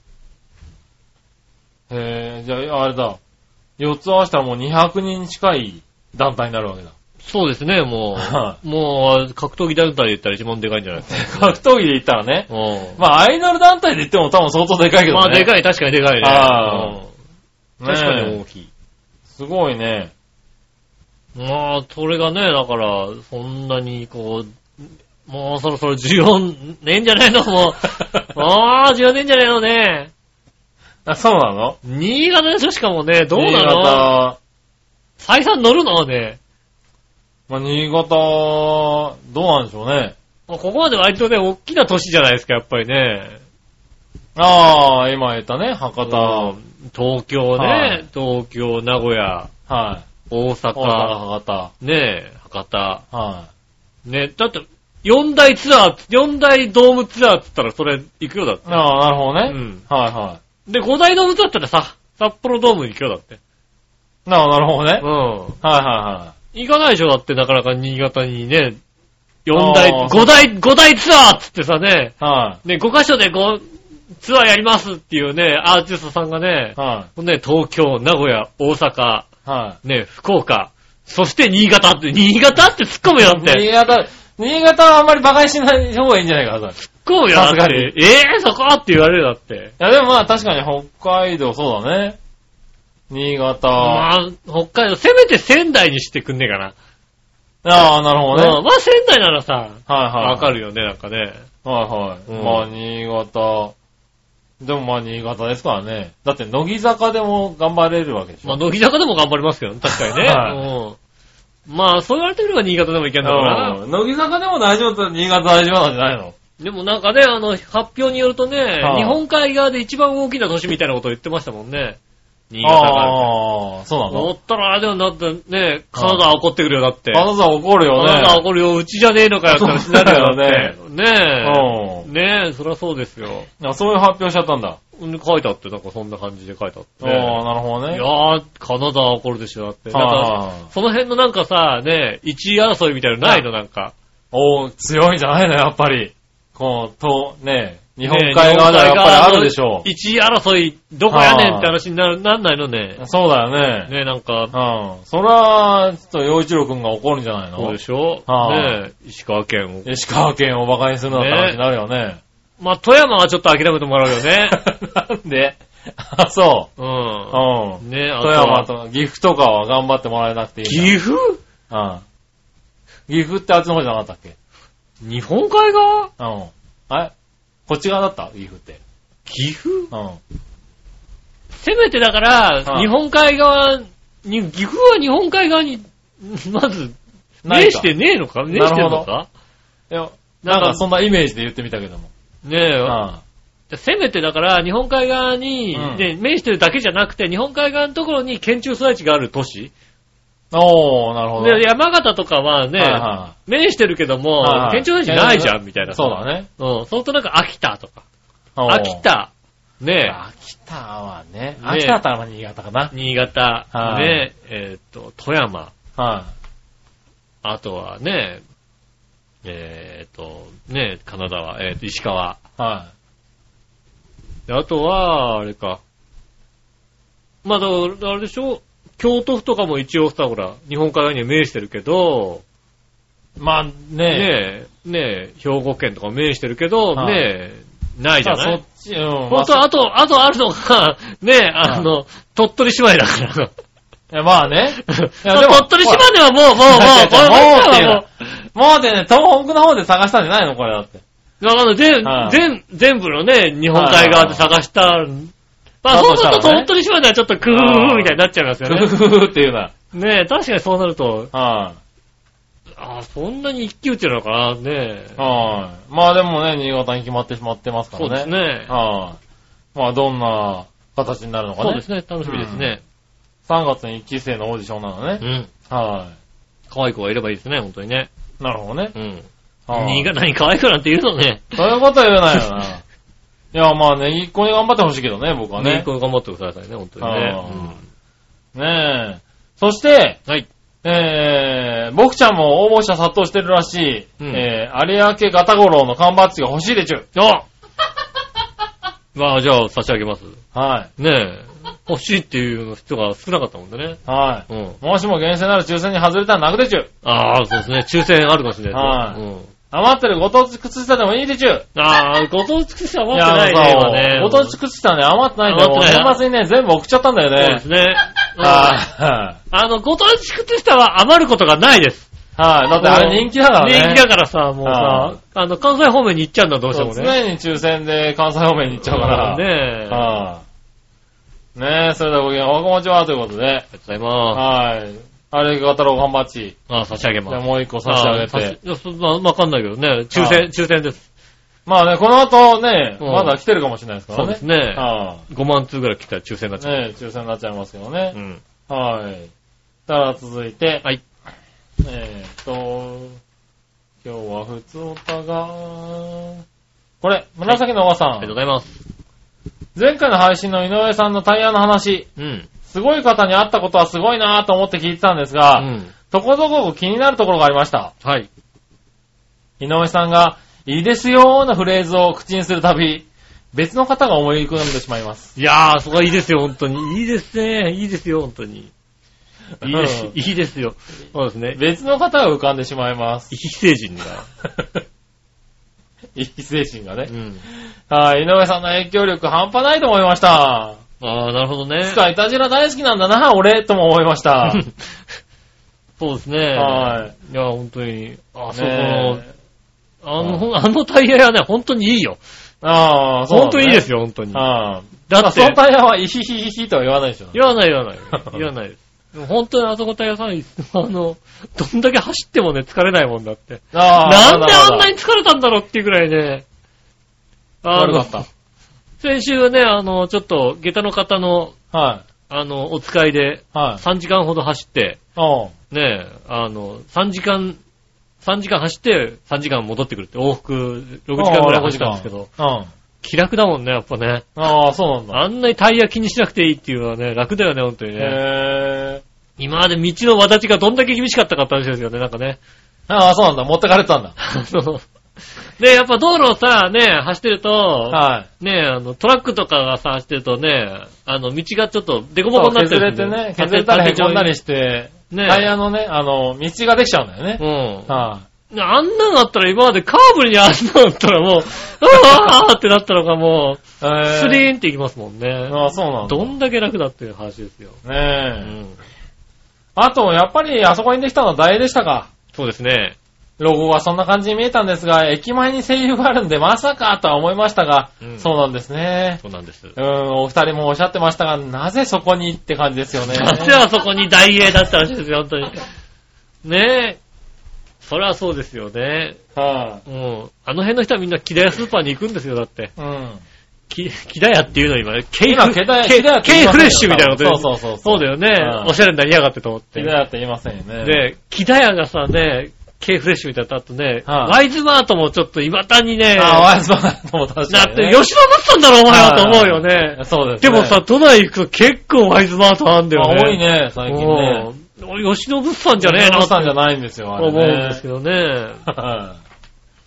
C: あ。へえ、じゃあ、あれだ。よっつ合わせたらもうにひゃくにん近い団体になるわけだ。
B: そうですね、もう。もう、格闘技団体で言ったら一番でかいんじゃないですか。
C: 格闘技で言ったらね。
B: うん。
C: まあ、アイドル団体で言っても多分相当でかいけどね。
B: まあ、でかい、確かにでかいね。
C: ああ。
B: 確かに大きい。
C: すごいね。
B: まあ、それがね、だから、そんなに、こう、もうそろそろじゅうよねんじゃないのもう。ああ、じゅうよねんじゃないのね。
C: あ、そうなの？
B: 新潟でしょ、しかもね、どうなの？新
C: 潟。
B: 採算乗るのね。
C: まあ、新潟、どうなんでしょうね。
B: ここまで割とね、大きな都市じゃないですか、やっぱりね。
C: ああ、今言ったね、博多。
B: 東京ね、はい、東京、名古屋。
C: はい。
B: 大阪。
C: 大阪、博多。
B: ねえ、博多。
C: はい。
B: ね、だって、よん大ツアー、よん大ドームツアーって言ったらそれ行くよだって。
C: ああ、なるほどね。
B: うん。
C: はいはい。
B: で、ご大ドームツアーだったらさ、札幌ドームに行くよだって。
C: なあ、なるほどね。
B: うん。はい
C: はいはい。
B: 行かないでしょだってなかなか新潟にね、よん大、ご大、ご大ツアーっつってさね。
C: はい。
B: ね、ごカ所でご、 ツアーやりますっていうね、アーティストさんがね、はい、ね、東京、名古屋、大阪、はい、ね、福岡、そして新潟って、新潟って突っ込むよって。
C: 新潟、新潟はあんまり馬鹿にしない方がいいんじゃないかな。
B: 突っ込むよだって。えぇ、ー、そこって言われるだって。
C: いやでもまあ確かに北海道そうだね。新潟。
B: まあ、北海道、せめて仙台にしてくんねえかな。
C: ああ、なるほどね。
B: うん、まあ仙台ならさ、はい
C: はい。
B: わかるよね、なんかね。
C: はいはい。うん、まあ新潟。でもまあ新潟ですからね。だって乃木坂でも頑張れるわけでしょ。
B: まあ乃木坂でも頑張りますけどね、確かにね。はい、うん、まあそう言われてみれば新潟でもいけんだろうな。
C: うん、乃木坂でも大丈夫だ新潟大丈夫なんじゃないの？
B: でもなんかね、あの、発表によるとね、はあ、日本海側で一番大きな都市みたいなことを言ってましたもんね。新潟が。
C: ああ、そうなの？
B: おったらあれでもだってね、金沢怒ってくるよ、だって。
C: 金沢怒るよね。
B: 金沢怒るよ、うちじゃねえのかよって話になるよね。ねえ。うん、ねえ、そりゃそうですよ。
C: そういう発表しちゃったんだ。
B: 書いてあって、なんかそんな感じで書いてあって。
C: ああ、なるほどね。
B: いやー、金沢怒るでしょ、だって。なんか、その辺のなんかさ、ね、一位争いみたいなのないの、なんか。
C: おー、強いんじゃないの、やっぱり。こう、と、ね、日本海側ではやっぱりあるでしょう。
B: 一位争い、どこやねんって話になる、なんないのね。
C: そうだよね。
B: ね、なんか。
C: うん。そら、ちょっと、洋一郎くんが怒るんじゃないの？
B: そうでしょ。ね、石川県
C: を。石川県を馬鹿にするのって話になるよね。
B: まあ、富山はちょっと諦めてもらうよね。
C: なんで？あ、そう。
B: うん。
C: うん。ね、富山と岐阜とかは頑張ってもらえなくていい。
B: 岐阜？
C: うん。岐阜ってあっちの方じゃなかったっけ？
B: 日本海側？
C: うん。あれこっち側だった岐阜って。
B: 岐阜？
C: うん。
B: せめてだから、日本海側に、岐阜は日本海側に、まず、面してねえのか？面してんのか？
C: いや、なんかそんなイメージで言ってみたけども。
B: ねえ、ああせめてだから、日本海側に、うんね、面してるだけじゃなくて、日本海側のところに県庁所在地がある都市。
C: おー、なるほど。
B: で、山形とかはね、はいはい、面してるけども、はいはい、県庁所在地ないじゃん、みたいな。
C: そうだね。
B: うん。そうとなんか秋田とか。秋田。ねえ。
C: 秋田はね。秋田だったら新潟かな。
B: 新潟。はい、ねえ。えー、っと、富山。
C: はい。
B: あとはね、えー、っと、ねえ、金沢、えー、っと、石川。
C: はい。
B: で、あとは、あれか。まだ、あれでしょ？京都府とかも一応さ、ほら、日本海側には面してるけど、
C: まあねえ、
B: ねえ、ねえ、兵庫県とかも面してるけど、はい、ねえ、ないじゃない？
C: そっち、うん。
B: ほんと、あと、あとあるのが、ねえ、あの、鳥取姉妹だから。
C: いや、まあね。い
B: やでも鳥取島根はもう、もう、もう、もう、
C: もう、もうでね、東北の方で探したんじゃないのこれだって。
B: だから全、全、全部のね、日本海側で探した、まあそうすると鳥取島根はちょっとクーみたいになっちゃいますよね。
C: クーっていうな。
B: ねえ、確かにそうなると。
C: はい。
B: ああ、そんなに一騎打ちなのかな、ねえ。
C: はい。まあでもね、新潟に決まってしまってますからね。
B: そうですね。
C: はい。まあどんな形になるのかね。
B: そうですね、楽しみですね。
C: うん、さんがつにいっき生のオーディションなのね。
B: うん。
C: はい。
B: 可愛い子がいればいいですね、本当にね。
C: なるほどね。
B: うん。新潟に可愛い子なんて言うのね。
C: そういうこと言うなよな。いや、まあね、一個に頑張ってほしいけどね、僕はね。
B: 一個に頑張ってくださいね、本当にね。
C: うん、ねえ。そして、
B: はい。
C: えー、僕ちゃんも応募者殺到してるらしい、うん、えー、有明ガタゴロウの缶バッジが欲しいでちゅ。
B: あまあ、じゃあ、差し上げます。
C: はい。
B: ねえ。欲しいっていう人が少なかったもんでね。
C: はい。うん。もしも厳選なる抽選に外れたら泣くでちゅ。
B: ああ、そうですね。抽選あるかもしれない。
C: はい。うん。余ってるご当地靴下でもいいでちゅ。
B: ああ、ご当地靴下余ってないね、今ね。
C: ご当地靴下ね、余ってないんだよ。年末にね、全部送っちゃったんだよね。
B: そうですね。
C: はい。
B: あの、ご当地靴下は余ることがないです。
C: はい。だってあれ人気だからね。
B: 人気だからさ、もうさ、あの、関西方面に行っちゃうんだ、どうしてもね。
C: 常に抽選で関西方面に行っちゃうから。
B: ねえ。
C: はい。ねえ、それではごきげんおこもちはということで。あり
B: がとうございます。
C: はい。あれ、ガタロウ缶バッジ。
B: ああ、差し上げます。
C: じゃあもう一個差し上げて。
B: まあ、わかんないけどね。抽選、抽選です。
C: まあね、この後ね、まだ来てるかもしれないですからね。
B: そうですね。ごまん通ぐらい来たら抽選になっちゃう。
C: ね抽選になっちゃいますけどね。
B: うん。
C: はい。たら続いて。
B: はい。
C: えーっと、今日は普通おたが、これ、紫のおばさん。あ
B: りがとうございます。
C: 前回の配信の井上さんのタイヤの話。
B: うん。
C: すごい方に会ったことはすごいなぁと思って聞いてたんですが、うん、とこどこ気になるところがありました。
B: はい。
C: 井上さんが、いいですよーのフレーズを口にするたび、 別の方が思い浮かんでしまいます。
B: いやー、そこはいいですよ、本当に。いいですね。いいですよ、本当に。いいです、うん、いいですよ。そうですね。
C: 別の方が浮かんでしまいます。
B: 異星人が。
C: 異星人がね。うん。はい、井上さんの影響力半端ないと思いました。
B: ああ、なるほどね。
C: つか、いたじら大好きなんだな、俺、とも思いました。
B: そうですね。
C: はい。
B: いや、本当に。あ、そこの、あの、あのタイヤはね、本当にいいよ。
C: ああ、そう、ね。
B: 本当にいいですよ、本当に。
C: ああ。だって、そのタイヤはイヒヒヒヒとは言わないでしょ。
B: 言わない言わない。言わないです。本当にあそこタイヤさん、あの、どんだけ走ってもね、疲れないもんだって。ああ。なんであんなに疲れたんだろうっていうぐらいね。
C: あ悪かった。
B: 先週ね、あの、ちょっと、下駄の方の、はい。あの、お使いで、はい。さんじかんほど走って、はい。ねえ、あの、さんじかん、さんじかん走って、さんじかん戻ってくるって、往復ろくじかんぐらい走ったんですけど、うん。気楽だもんね、やっぱね。
C: ああ、そうなんだ。
B: あんなにタイヤ気にしなくていいっていうのはね、楽だよね、ほんとにね。へー。今まで道のわだちがどんだけ厳しかったかったんですよね、なんかね。
C: ああ、そうなんだ。持ってかれてたんだ。
B: そう。で、やっぱ道路をさ、ね、走ってると、はい。ね、あの、トラックとかがさ、走ってるとね、あの、道がちょっとデコボコになってるんで。
C: 削れてね、削れたりへこんだりして、ね。タイヤのね、あの、道ができちゃうんだよね。うん。はい。あ
B: んなのだったら今までカーブにあんなのだったらもう、あーってなったのがもう、スリーンっていきますもんね。
C: ああ、そうなんだ。
B: どんだけ楽だっていう話ですよ。
C: ねえ。うん。あと、やっぱりあそこにできたのはダイエーでしたか。
B: そうですね。
C: ロゴはそんな感じに見えたんですが、駅前に声優があるんでまさかとは思いましたが、うん、そうなんですね。
B: そうなんです。
C: うん、お二人もおっしゃってましたが、なぜそこにって感じですよね。
B: なぜあそこにダイエーだったらしいですよ、本当に。ねえ。そりゃそうですよね。はい、うん。あの辺の人はみんな木田屋スーパーに行くんですよ、だって。うん。木田屋っていうの今、K フレッシュみたいなことで。
C: そうそうそう。
B: そうだよね、うん。おしゃれになりやがってと思って。
C: 木田屋って言いませんよね。
B: で、木田屋がさ、ね、K フレッシュみたいなあとね、はあ、ワイズマートもちょっと未だにね、
C: ああ、ワイズマートも確かに、ね。
B: だって、吉野物産だろ、お前はと思うよね。
C: そうですね。
B: でもさ、都内行くと結構ワイズマートあんだよね。
C: 多いね、最近ね。
B: 吉野物産じゃねえな。
C: 物産じゃないんですよ、あれ、ね。
B: 思うんですけどね。
C: はい。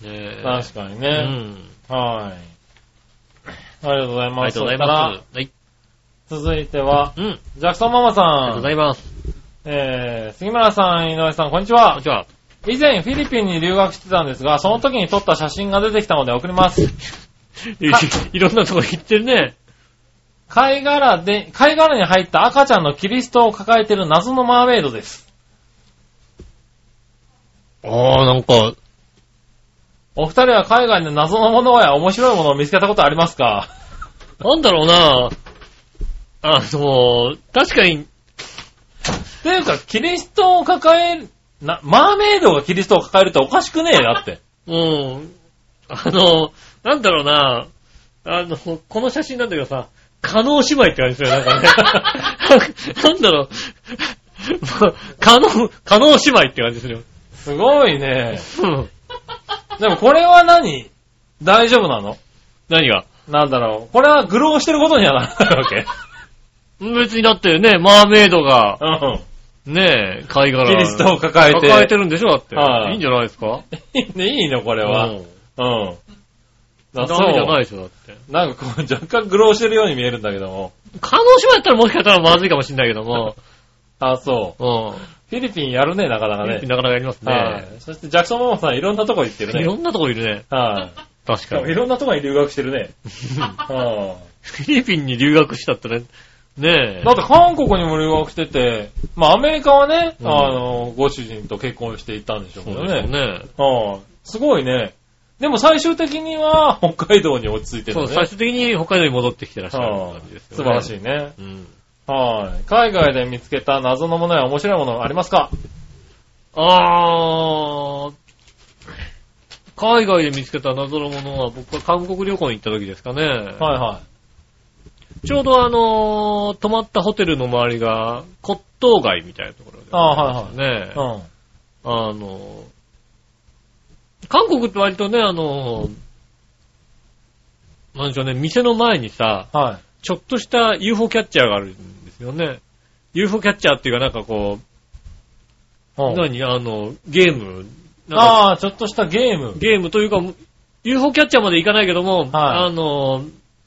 C: ね確かにね。うん。はい。ありがとうございます。
B: ありがとうございます。はい。
C: 続いては、うん。ジャクソンママさん。あ
B: りがとうございます。
C: えー、杉村さん、井上さん、こんにちは。
B: こんにちは。
C: 以前フィリピンに留学してたんですが、その時に撮った写真が出てきたので送ります。
B: いろんなとこ行ってるね。
C: 貝殻で、貝殻に入った赤ちゃんのキリストを抱えている謎のマーメイドです。
B: あー、なんか、
C: お二人は海外で謎のものや面白いものを見つけたことありますか？
B: なんだろうなあの、確かに。
C: っていうか、キリストを抱える、な、マーメイドがキリストを抱えるっておかしくねえだって。
B: うん。あの、なんだろうなあの、この写真なんだけどさ、加納姉妹って感じするよ、なんかね。なんだろう。加納、加納姉妹って感じするよ。
C: すごいね。うん。でもこれは何？大丈夫なの？
B: 何が？
C: なんだろう。これはグローしてることにはならないわけ？
B: 別にだってね、マーメイドが、うん、ねえ、貝殻。
C: キリストを抱えて。
B: 抱えてるんでしょだって。はい。いいんじゃないですか？
C: いいのこれは。うん。うん。
B: ダメじゃないでしょだって。
C: なんかこう若干グローしてるように見えるんだけども。
B: 可能性はやったらもしかしたらまずいかもしれないけども。
C: あ、そう。うん。フィリピンやるね、なかなかね。
B: フィリピンなかなかやりますね。はい。
C: そしてジャクソンママさんいろんなとこ行ってるね。
B: いろんなとこいるね。
C: はい。
B: 確かに。
C: いろんなとこに留学してるね。
B: はフィリピンに留学したってね。ねえ。
C: だって韓国にも留学してて、まあアメリカはね、うん、あの、ご主人と結婚していったんでしょうけどね。そうですね。はい。すごいね。でも最終的には北海道に落ち着いてるね。
B: そう、最終的に北海道に戻ってきてらっしゃる感じですよね。
C: 素晴らしいね。うん。はい。海外で見つけた謎のものや面白いものありますか？
B: あー、海外で見つけた謎のものは僕は韓国旅行に行った時ですかね。はい
C: はい。
B: ちょうどあのー、泊まったホテルの周りが骨董街みたいなところで、ね。
C: ああ、はいはい。
B: ね、うん。あのー、韓国って割とね、あのー、なんでしょうね、店の前にさ、はい、ちょっとした ユーフォー キャッチャーがあるんですよね。ユーフォー キャッチャーっていうかなんかこう、うん、何あの、ゲーム。
C: ああ、ちょっとしたゲーム。
B: ゲームというか、ユーフォー キャッチャーまでいかないけども、はい、あの、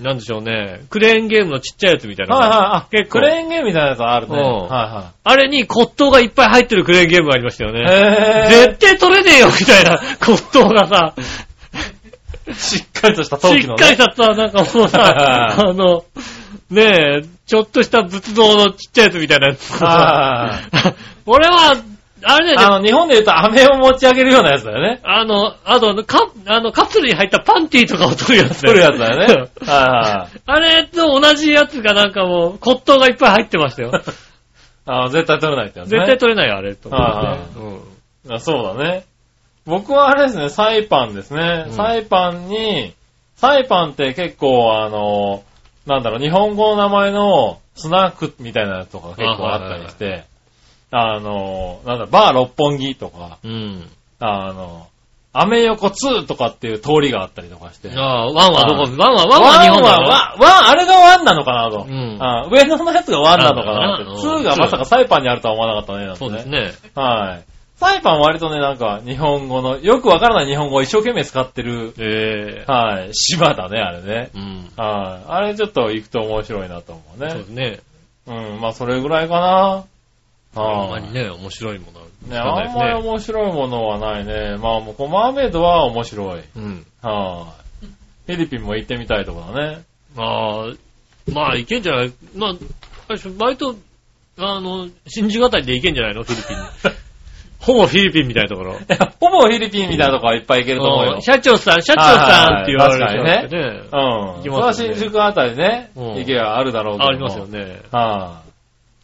B: なんでしょうね、クレーンゲームのちっちゃいやつみたいな。
C: はいはい、あ、結構。クレーンゲームみたいなやつあるね。はいはい。
B: あれに骨董がいっぱい入ってるクレーンゲームがありましたよね。
C: へー。
B: 絶対取れねえよみたいな骨董がさ、
C: しっかりとした陶器のね。
B: しっかりしたさ、なんかもうさ、あの、ねえ、ちょっとした仏像のちっちゃいやつみたいなやつ。俺は、あれだよね。
C: あの、日本で言うと飴を持ち上げるようなやつだよね。
B: あの、あと、カあのカプセルに入ったパンティーとかを取るやつ
C: だよね。取るやつだよね。あ
B: れと同じやつがなんかもう骨董がいっぱい入ってましたよ。
C: あ絶対取れないってやつね。
B: 絶対取れないよ、あれと、ね。
C: あうん、そうだね。僕はあれですね、サイパンですね。うん、サイパンに、サイパンって結構あの、なんだろう、日本語の名前のスナックみたいなやつとか結構あったりして、あの、なんだ、バー六本木とか、うん、あの、アメ横ツーとかっていう通りがあったりとかして。
B: ああ、ワンはどこ、ワンは、ワン
C: は
B: 日本だろ。
C: ワンは、ワン、あれがワンなのかなと。うん、あ上野のやつがワンなのかなって。ツーがまさかサイパンにあるとは思わなかったね。なんてね
B: そうですね。
C: はい。サイパン割とね、なんか日本語の、よくわからない日本語を一生懸命使ってる、えー、はい、島だね、あれね。うん、はい。あれちょっと行くと面白いなと思うね。
B: そうですね。
C: うん、まあそれぐらいかな。
B: あんまりね、面白いものは
C: ね、あんまり面白いものはないね。まあもう、こうマーメイドは面白い。うん。はい。フィリピンも行ってみたいところだね。
B: ああ、まあ行けんじゃない。まあ、割と、あの、信じがたいで行けんじゃないのフィリピンに。ほぼフィリピンみたいなところ。
C: ほぼフィリピンみたいなところはいっぱい行けると思うよ。
B: 社長さん、社長さんって言われる人ね。
C: ね。うん。それは新宿あたりね、行けばあるだろうけど。
B: ありますよね。
C: はい。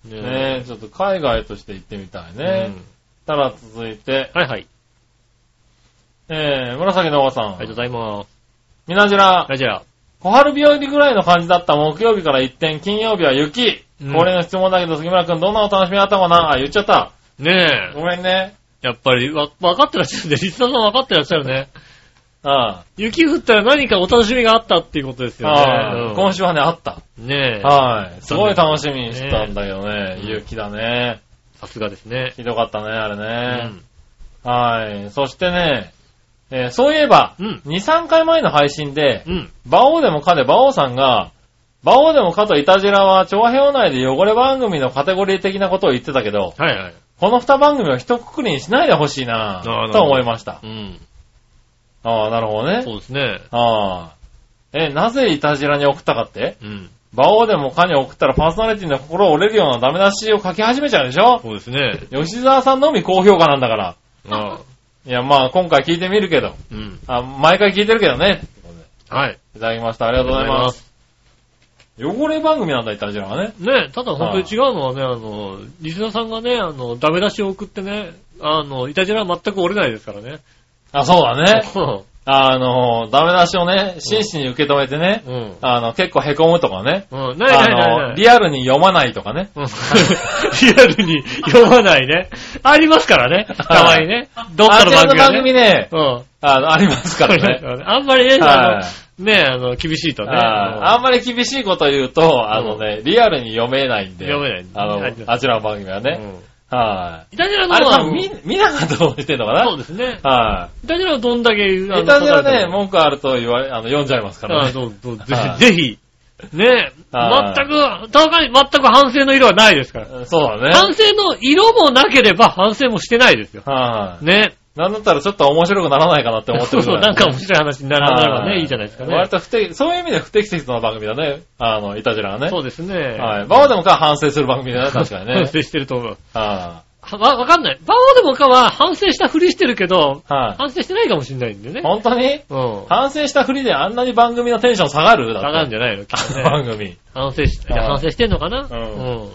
C: ねえ、ちょっと海外として行ってみたいね。ただ続いて。
B: はいはい。
C: えー、紫のおばさん。あり
B: がとうございます。
C: みなじら。
B: みなじら。
C: 小春日和ぐらいの感じだった木曜日から一転、金曜日は雪。恒例の質問だけど、杉村くんどんなお楽しみあったかなあ、言っちゃった。
B: ねえ。
C: ごめんね。
B: やっぱり、わ、分かってらっしゃるね。リスナーさん分かってらっしゃるね。
C: ああ。
B: 雪降ったら何かお楽しみがあったっていうことですよね。
C: ああ、うん、今週はね、あった。
B: ねえ。
C: はい。すごい楽しみにしてたんだけどね。ね雪だね。
B: さすがですね。
C: ひどかったね、あれね。うん、はい。そしてね、えー、そういえば、うん、に、さんかいまえの配信で、うん、馬王でもかで馬王さんが、馬王でもかとイタジラは、長編内で汚れ番組のカテゴリー的なことを言ってたけど、
B: はいはい。
C: この二番組を一括りにしないでほしいなと思いました。うん。ああ、なるほどね。
B: そうですね。
C: ああ。え、なぜイタジラに送ったかって？うん。馬王でもかに送ったらパーソナリティの心折れるようなダメ出しを書き始めちゃうでしょ？
B: そうですね。
C: 吉沢さんのみ高評価なんだから。ああ。いや、まあ今回聞いてみるけど。うん。あ、毎回聞いてるけどね。
B: はい。
C: いただきました。ありがとうございます。汚れ番組なんだ、イタジラはね。
B: ね、ただ本当に違うのはね、あの、リスナーさんがね、あの、ダメ出しを送ってね、あの、イタジラは全く折れないですからね。
C: あ、そうだね。あの、ダメ出しをね、真摯に受け止めてね、うん、あの、結構凹むとかね。
B: うん、ないないないない。
C: あの、リアルに読まないとかね。
B: うん、リアルに読まないね。ありますからね、たまにね。どっかの番組、ね。あちらの
C: 番組ね、うん、あの、ありますからね。
B: あんまりね、あの、ねえ、あの、厳しいとね。
C: あ, あんまり厳しいこと言うと、あのね、リアルに読めないんで。
B: 読めない。
C: あの、あちらの番組はね。うん、はい。
B: イタジラの
C: あれはみ、みながどうしてんのかな？
B: そうですね。
C: はい。
B: イタジラはどんだけ、
C: イタジラね、文句あると言われ、あの、読んじゃいますからね。
B: あどうどうぜひ、ぜひ。ねえ、全く、たかに全く反省の色はないですから。
C: そうだね。
B: 反省の色もなければ反省もしてないですよ。
C: はい。
B: ね。
C: なんだったらちょっと面白くならないかなって思ってる、ね。
B: そうそう、なんか面白い話にならばね、いいじゃないですかね。
C: 割と不適、そういう意味で不適切な番組だね。あの、イタジラはね。
B: そうですね。
C: はい。バオでもか反省する番組だね、確かにね。
B: 反省してると思う。
C: は
B: あ。わ、わかんない。バオでもかは反省したふりしてるけど、はい。反省してないかもしれないんでね。
C: 本当に？うん。反省したふりであんなに番組のテンション下がる？だって。
B: 下がるんじゃないの、きっとね。
C: 番組。
B: 反省し、反省してんのかな？
C: うん。うん。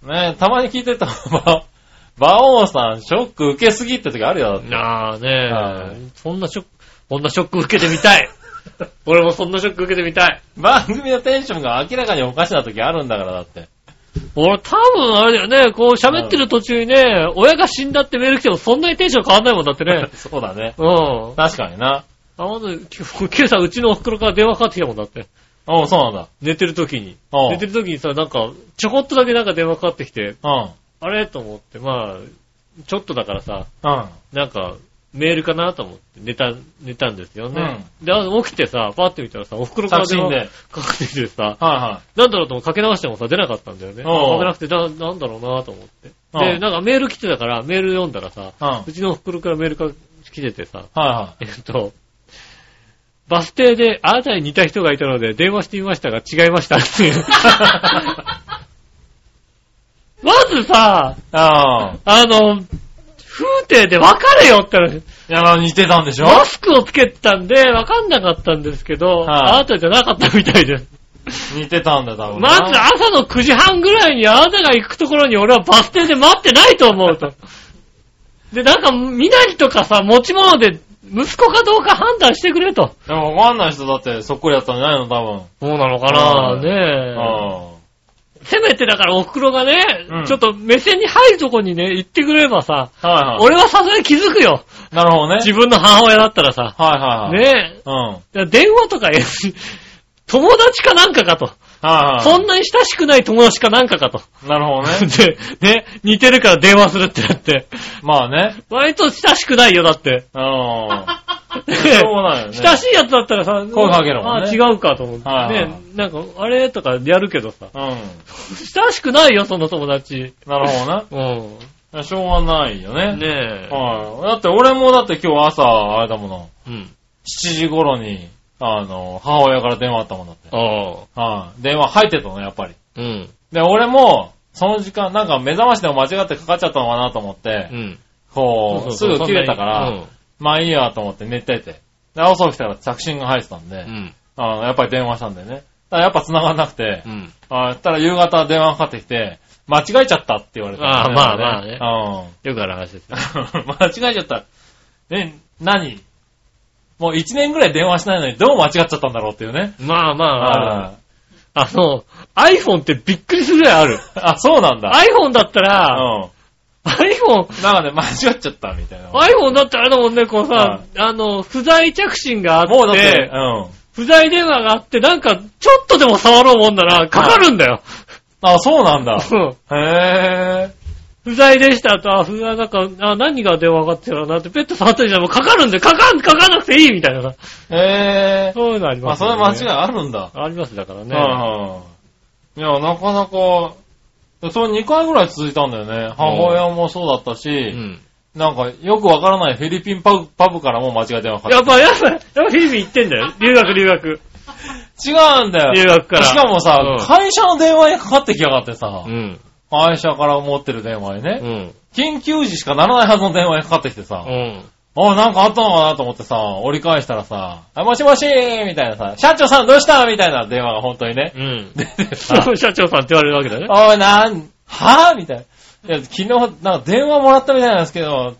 C: ねたまに聞いてると、馬王さん、ショック受けすぎって時あるよ。
B: ああねえ、はい、そんなショック、そんなショック受けてみたい。俺もそんなショック受けてみたい。
C: 番組のテンションが明らかにおかしな時あるんだから、だって。
B: 俺多分あれだよね、こう喋ってる途中にね、親が死んだってメール来てもそんなにテンション変わんないもんだってね。
C: そうだね。
B: うん。
C: 確かにな。
B: あ、まず、今朝うちのお袋から電話かかってきたもんだって。
C: ああ、そうなんだ。
B: 寝てる時に。寝てる時にさ、なんか、ちょこっとだけなんか電話かかってきて。うん。あれと思って、まあ、ちょっとだからさ、うん。なんか、 メールかなと思って寝た、寝たんですよね。うん、で、起きてさ、パッて見たらさ、お袋から電話かかってきてさ、はいはい、なんだろうとかけ直してもさ、出なかったんだよね。かけなくてな、なんだろうなと思って。で、なんかメール来てたから、メール読んだらさ、うん、うちのお袋からメールが来ててさ、はいはい、えっと、バス停であなたに似た人がいたので電話してみましたが違いましたっていう。まずさ、あ, あの、風景で分かれよって話。い
C: や、似てたんでしょ？
B: マスクをつけてたんで分かんなかったんですけど、はい、あなたじゃなかったみたいです。
C: 似てたんだ、多分。
B: まず朝のくじはんぐらいにあなたが行くところに俺はバス停で待ってないと思うと。で、なんか、身なりとかさ、持ち物で息子かどうか判断してくれと。
C: でも分かんない人だってそっくりやったんじゃないの、多分。
B: そうなのかな、ねえ。ああ。せめてだからお袋がね、うん、ちょっと目線に入るとこにね、行ってくれればさ、はいはい、俺はさすがに気づくよ。
C: なるほどね。
B: 自分の母親だったらさ。
C: はいはいはい。
B: ねえ。うん。電話とか、友達かなんかかと。はいはい。そんなに親しくない友達かなんかかと。
C: なるほどね。
B: で、ね、似てるから電話するってなって。
C: まあね。
B: 割と親しくないよ、だって。
C: うん。しょうがないよね。
B: 親しいやつだったらさ、
C: 声かけるもんね。
B: あ、違うかと思って。はいはい、ね、なんか、あれとかやるけどさ。うん。親しくないよ、その友達。
C: なるほどな。うん。しょうがないよね。ねえ。はい。だって俺もだって今日朝、あれだもの。うん。しちじ頃に、あの、母親から電話あったもんだって。ああ。はい。電話入ってたの、やっぱり。うん。で、俺も、その時間、なんか目覚ましでも間違ってかかっちゃったのかなと思って、うん。こう、すぐ切れたから、うん、まあいいやと思って寝てて。で、朝起きたら着信が入ってたんで、うん。あの、やっぱり電話したんだよね。だからやっぱ繋がんなくて、うん。あたら夕方電話かかってきて、間違えちゃったって言われた、ね。
B: ああ、まあまあね。うん。よくある話ですよ。
C: 間違えちゃった。え、何もう一年ぐらい電話しないのにどう間違っちゃったんだろうっていうね。
B: まあまあ、ある。あの、iPhone ってびっくりするぐらいある。
C: あ、そうなんだ。
B: iPhone だったら、うん。iPhone。
C: なんかね、間違っちゃったみたいな。
B: iPhone だったらあれだもんね、こうさ、うん、あの、不在着信があって、もうだって、うん。不在電話があって、なんか、ちょっとでも触ろうもんなら、かかるんだよ。
C: あ、そうなんだ。
B: うん。へー。不在でしたと、あ、不在、なんか、あ、何が電話かかってるなって、ペット触ってるじゃん、もうかかるんで、かかん、かかんなくていいみたいなさ。
C: へー。
B: そういうのあります
C: ね。あ、それ間違いあるんだ。
B: あります、だからね。
C: はい、いや、なかなか、それにかいぐらい続いたんだよね。母親もそうだったし、うん、なんか、よくわからないフィリピンパブ、パブからも間違い電話かかって
B: やっぱ、やっぱ、やっぱフィリピン行ってんだよ。留学、留学。
C: 違うんだよ。
B: 留学から。
C: しかもさ、うん、会社の電話にかかってきやがってさ、うん、会社から持ってる電話にね、うん、緊急時しかならないはずの電話にかかってきてさ、うん、あ、なんかあったのかなと思ってさ、折り返したらさ、あ、もしもしーみたいなさ、社長さんどうしたみたいな電話が本当にね。うん。でさ、
B: 社長さんって言われるわけだね。
C: おい、なん、はぁみたいな。いや、昨日、なんか電話もらったみたいなんですけど、つって、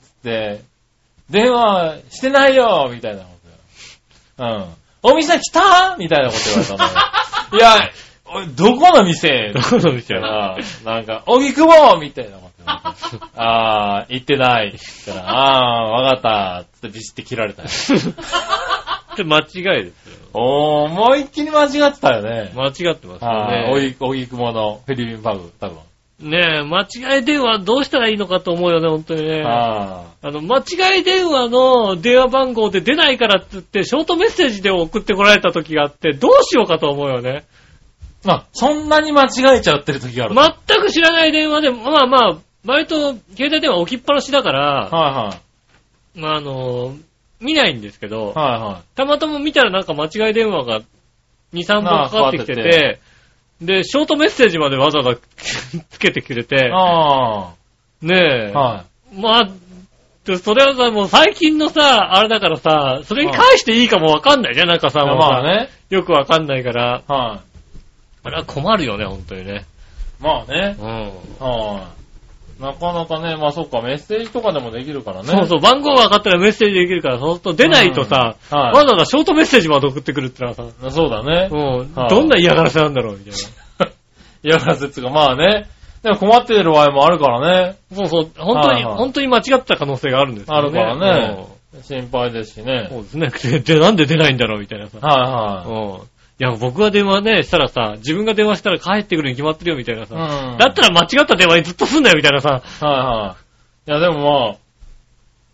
C: 電話してないよみたいなこと。うん。お店来たみたいなこと言われたんだよ。いや、どこの店
B: どこの店
C: ななんか、おぎくぼみたいなこと言われた。あー、行ってない。ったら、あー、わかった。つってビシって切られたよ。
B: って間違いですよ。
C: おー、思いっきり間違ってたよね。
B: 間違ってますよね。
C: おぎ、おぎくぼのフィリピンパブ、多分。
B: ねえ、間違い電話どうしたらいいのかと思うよね、本当にね。ああの、間違い電話の電話番号で出ないからって言って、ショートメッセージで送ってこられた時があって、どうしようかと思うよね。
C: まあ、そんなに間違えちゃってる時がある。
B: 全く知らない電話で、まあまあ、割と携帯電話置きっぱなしだから、はいはい。まああの、見ないんですけど、はいはい。たまたま見たらなんか間違い電話がに、さんぼんかかってきてて、で、ショートメッセージまでわざわざつけてくれて、あねえ、はい、まあ、それはさ、もう最近のさ、あれだからさ、それに返していいかもわかんないじゃん、なんかさ、もうさ、まあね、よくわかんないから、はい、あれは困るよね、ほんとにね。
C: まあね、うん、はい、なかなかね、まあそっか、メッセージとかでもできるからね。
B: そうそう、番号が分かったらメッセージできるから、そうすると出ないとさ、うんはい、わざわざショートメッセージまで送ってくるってのはさ、
C: そうだね。
B: うん、はい、どんな嫌がらせなんだろう、みたいな。
C: 嫌がらせっていうか、まあね。でも困ってる場合もあるからね。
B: そうそう、本当に、はいはい、本当に間違った可能性があるんですよね。
C: あるからね。うん、心配ですしね。
B: そうですね。で、なんで出ないんだろう、みたいなさ。
C: はいはい。
B: うん。いや、僕が電話ね、したらさ、自分が電話したら帰ってくるに決まってるよ、みたいなさ。うん。だったら間違った電話にずっとすんなよ、みたいなさ。
C: はいはい。いや、でもまあ、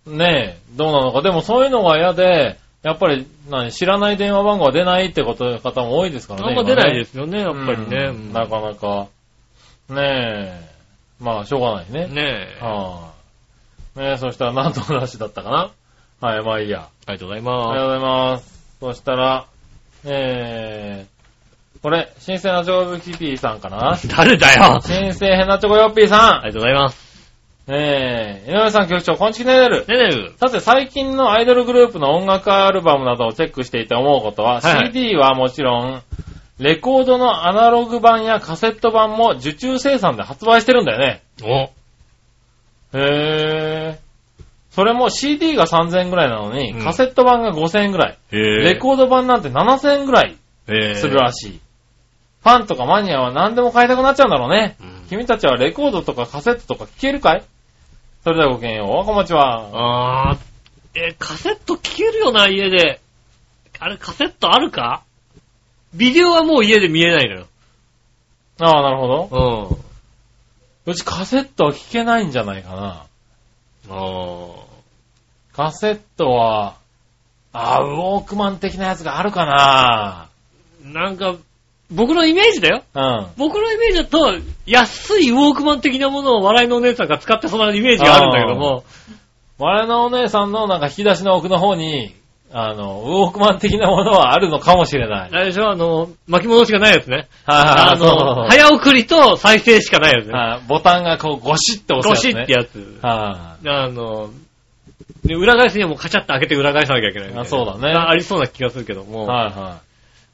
C: ねえ、どうなのか。でもそういうのが嫌で、やっぱり、何、知らない電話番号が出ないってこと方も多いですからね。
B: あんま出ないですよね、やっぱりね。
C: うん、なかなか。ねえ。まあ、しょうがないね。
B: ねえ。
C: はあ、ねえ、そしたら何の話だったかな。はい、まあいいや。
B: ありがとうございます。
C: ありがとうございます。そしたら、えー、これ、新鮮なチョコヨッピーさんかな。
B: 誰だよ。
C: 新鮮変なチョコヨッピーさん。
B: ありがとうございます。
C: えー、井上さん局長、こんちきねでる。
B: ねでる。
C: さて、最近のアイドルグループの音楽アルバムなどをチェックしていて思うことは、はいはい、シーディー はもちろん、レコードのアナログ版やカセット版も受注生産で発売してるんだよね。
B: お。
C: へー。それも シーディー がさんぜんえんぐらいなのに、うん、カセット版がごせんえんぐらい。へー。レコード版なんてななせんえんぐらいするらしい。ファンとかマニアは何でも買いたくなっちゃうんだろうね。うん、君たちはレコードとかカセットとか聴けるかい？それではごきげんよう。おこまちは。
B: あー、えー、カセット聴けるよな、家で。あれ、カセットあるか？ビデオはもう家で見えないのよ。
C: ああ、なるほど。
B: うん。
C: うちカセットは聴けないんじゃないかな。
B: ああ。
C: カセットは、あー、ウォークマン的なやつがあるかな。
B: なんか、僕のイメージだよ。
C: うん。
B: 僕のイメージだと、安いウォークマン的なものを笑いのお姉さんが使ってそうなイメージがあるんだけども。
C: 笑いのお姉さんのなんか引き出しの奥の方に、あの、ウォークマン的なものはあるのかもしれない。
B: あれでしょ、あの、巻き戻しがないやつね。
C: はい、
B: あの、早送りと再生しかないやつね。
C: はい、ボタンがこうゴシッと押すやつね。
B: ゴシッってやつ。
C: はい、
B: あの、で裏返すにはもうカチャッと開けて裏返さなきゃいけない、ね。
C: あ、そうだね。
B: ありそうな気がするけども。
C: はいはい。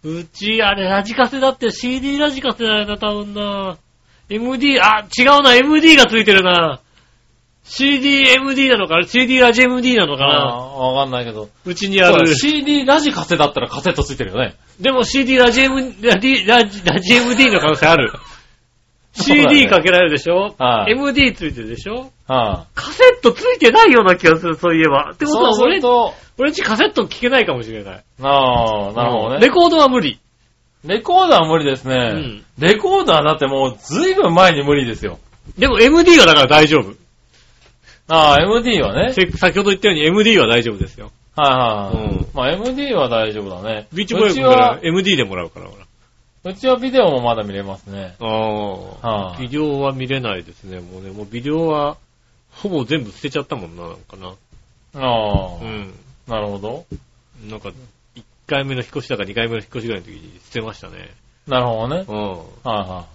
B: うち、あれ、ラジカセだって シーディー ラジカセだよな、多分な。エムディー、あ、違うな、エムディー がついてるな。シーディーエムディー なのかな ?シーディー ラジ エムディー なのかな。
C: ああ、わかんないけど。
B: うちにある。
C: シーディー ラジカセだったらカセットついてるよね。
B: でも シーディー ラジ M、ラジ、ラジ、ラジ エムディー の可能性ある。シーディー かけられるでしょ、はい、エムディー ついてるでしょ、はい、カセットついてないような気がする、そういえば。ってことは俺、俺んちカセット聞けないかもしれない。
C: ああ、なるほどね。
B: レコードは無理。
C: レコードは無理ですね。うん、レコードはだってもうずいぶん前に無理ですよ。
B: でも エムディー はだから大丈夫。
C: ああ、エムディー はね。
B: 先ほど言ったように エムディー は大丈夫ですよ。
C: はいはい、うん。まあ エムディー は大丈夫だね。
B: ビーチボーイ君から エムディー でもらうから、ほら。
C: うちはビデオもまだ見れますね。
B: ああ、はあ。ビデオは見れないですね。もうね、もうビデオはほぼ全部捨てちゃったもんな、なんかな。
C: ああ。
B: うん。
C: なるほど。
B: なんか、いっかいめの引っ越しだかにかいめの引っ越しぐらいの時に捨てましたね。
C: なるほどね。
B: うん。
C: はいはい。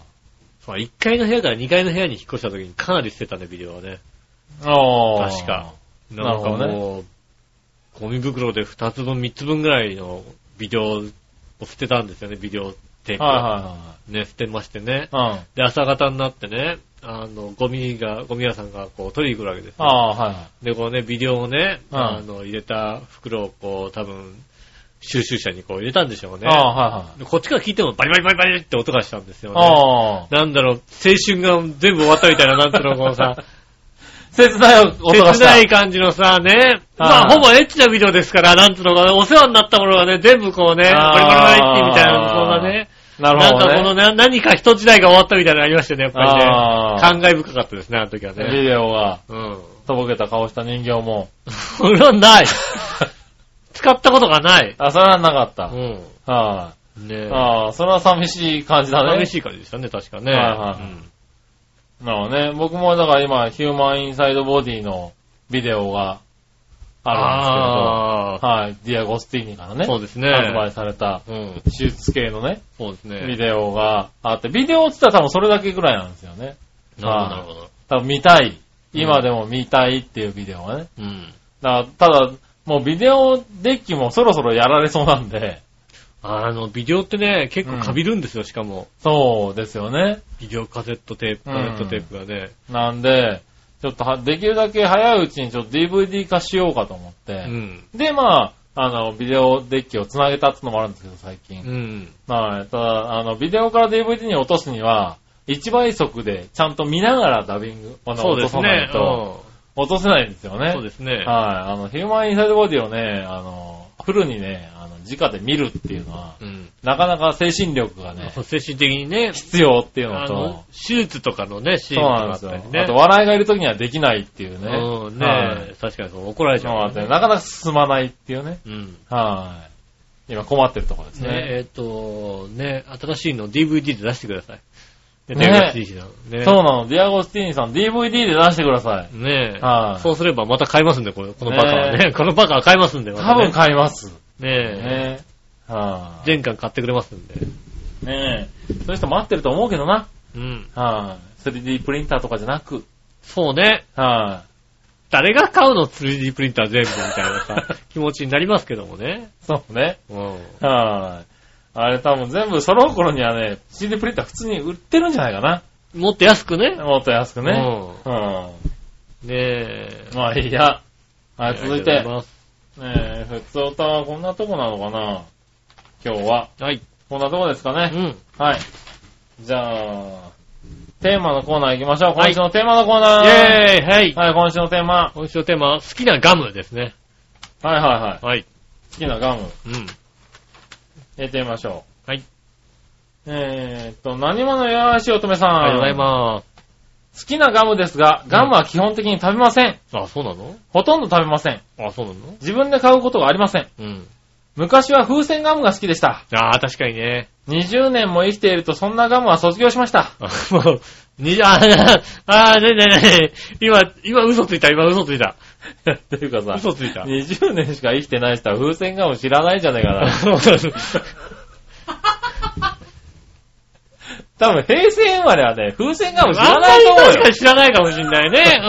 B: まあ、いっかいの部屋からにかいの部屋に引っ越した時にかなり捨てたね、ビデオはね。
C: ああ。
B: 確か。なんかもう、ね、ゴミ袋でふたつぶんみっつぶんぐらいのビデオを捨てたんですよね、ビデオテープ。
C: はいはいはい。
B: ね、捨てましてね。
C: うん。
B: で、朝方になってね、あの、ゴミが、ゴミ屋さんがこう取りに来るわけですよ。
C: ああ、はいはい。
B: で、こうね、ビデオをね、
C: うん、
B: あの、入れた袋をこう、多分、収集車にこう入れたんでしょうね。
C: ああ、はいはい。
B: こっちから聞いてもバリバリバリバリって音がしたんですよね。
C: ああ。
B: なんだろう、青春が全部終わったみたいな、なんていうの、こうさ、
C: 切ない音がした。
B: 切ない感じのさ、ね。まあ、ほぼエッチなビデオですから、なんつうのかね、お世話になったものがね、全部こうね、バリバリバリってみたいな、そんなね。
C: なるほど、ね。
B: なんかこのね、何か一時代が終わったみたいなのありましたね、やっぱりね。感慨深かったですね、あの時はね。
C: ビデオが、
B: うん。
C: とぼけた顔した人形も。
B: それはない。使ったことがない。
C: あ、それはなかった。
B: うん。
C: はい、
B: あ、ねえ。
C: ああ、それは寂しい感じだね。
B: 寂しい感じでしたね、確かね。
C: はいはい。うんなのね、僕もだから今、ヒューマンインサイドボディのビデオがあるんですけど、はい、ディアゴスティーニからね、
B: そうですね。
C: 発売された、手術系のね、
B: そうですね。
C: ビデオがあって、ビデオって言ったら多分それだけぐらいなんですよね。
B: なるほど。
C: 多分見たい。今でも見たいっていうビデオがね。
B: うん。
C: だただ、もうビデオデッキもそろそろやられそうなんで、
B: あの、ビデオってね、結構かびるんですよ、うん、しかも。
C: そうですよね。
B: ビデオカセットテープ、カセットテープがね。
C: うん、なんで、ちょっとは、できるだけ早いうちにちょっと ディーブイディー 化しようかと思って。
B: うん、
C: で、まあ、あの、ビデオデッキをつなげたってのもあるんですけど、最近。
B: うん。
C: はい。ただ、あの、ビデオから ディーブイディー に落とすには、一倍速でちゃんと見ながらダビング、あの、落とさないと、落とせないんですよね。
B: そうですね。はい。
C: あの、ヒューマンインサイドボディをね、あの、 フルにね、あの、直で見るっていうのは、うん、なかなか精神力がね、
B: 精神的にね、
C: 必要っていうのと、あの
B: 手術とかのね、シーンがあったりね。そうなんですよ。
C: あと、笑いがいる時にはできないっていうね。
B: うん、ね、はい、確かにそう怒られちゃう、
C: ね。なかなか進まないっていうね。うん。はい。今困ってるところですね。
B: ねえっと、ね、新しいの ディーブイディー で出してください。
C: ね、ディアゴスティーニさん、ね。そうなの、ディアゴスティーニさん ディーブイディー で出してください。
B: ねえ。はい。そうすればまた買いますんで、このバカはね。このバカは買いますんで、
C: またね、多分買います。
B: ねえ。ねえ。はい。全巻買ってくれますんで。
C: ねえ。そういう人待ってると思うけどな。うん。はい。スリーディー プリンターとかじゃなく。
B: そうね。はい。誰が買うの スリーディー プリンター全部みたいなさ、気持ちになりますけどもね。
C: そうね。うん。はい。あれ多分全部揃う頃にはね、スリーディー プリンター普通に売ってるんじゃないかな。
B: もっと安くね。
C: もっと安くね。うん。うん。
B: ねえ。
C: まあいいや。はい、続いて。ねえ、ふつおたはこんなとこなのかな今日は。はい。こんなとこですかね。うん。はい。じゃあ、テーマのコーナー行きましょう。今週のテーマのコーナー。イェーイはい。はい、今週のテーマ。
B: 今週のテーマは好きなガムですね。
C: はいはいはい。はい。好きなガム。うん。入れてみましょう。はい。えーっと、何者よしおとめさん。
B: ありがとうございます。
C: 好きなガムですが、ガムは基本的に食べません。
B: うん、あ、そうなの？
C: ほとんど食べません。
B: あ、そうなの？
C: 自分で買うことがありません。うん。昔は風船ガムが好きでした。
B: ああ、確かにね。
C: にじゅうねんも生きているとそんなガムは卒業しました。
B: もう、にじゅう、ああ、ねねね今、今嘘ついた、今嘘ついた。
C: っていうかさ、
B: 嘘ついた。
C: にじゅうねんしか生きてない人は風船ガム知らないんじゃねえかな。多分平成生まれはね、風船ガム知らないと思うよ。
B: 確かに知らないかもしんないね。うん。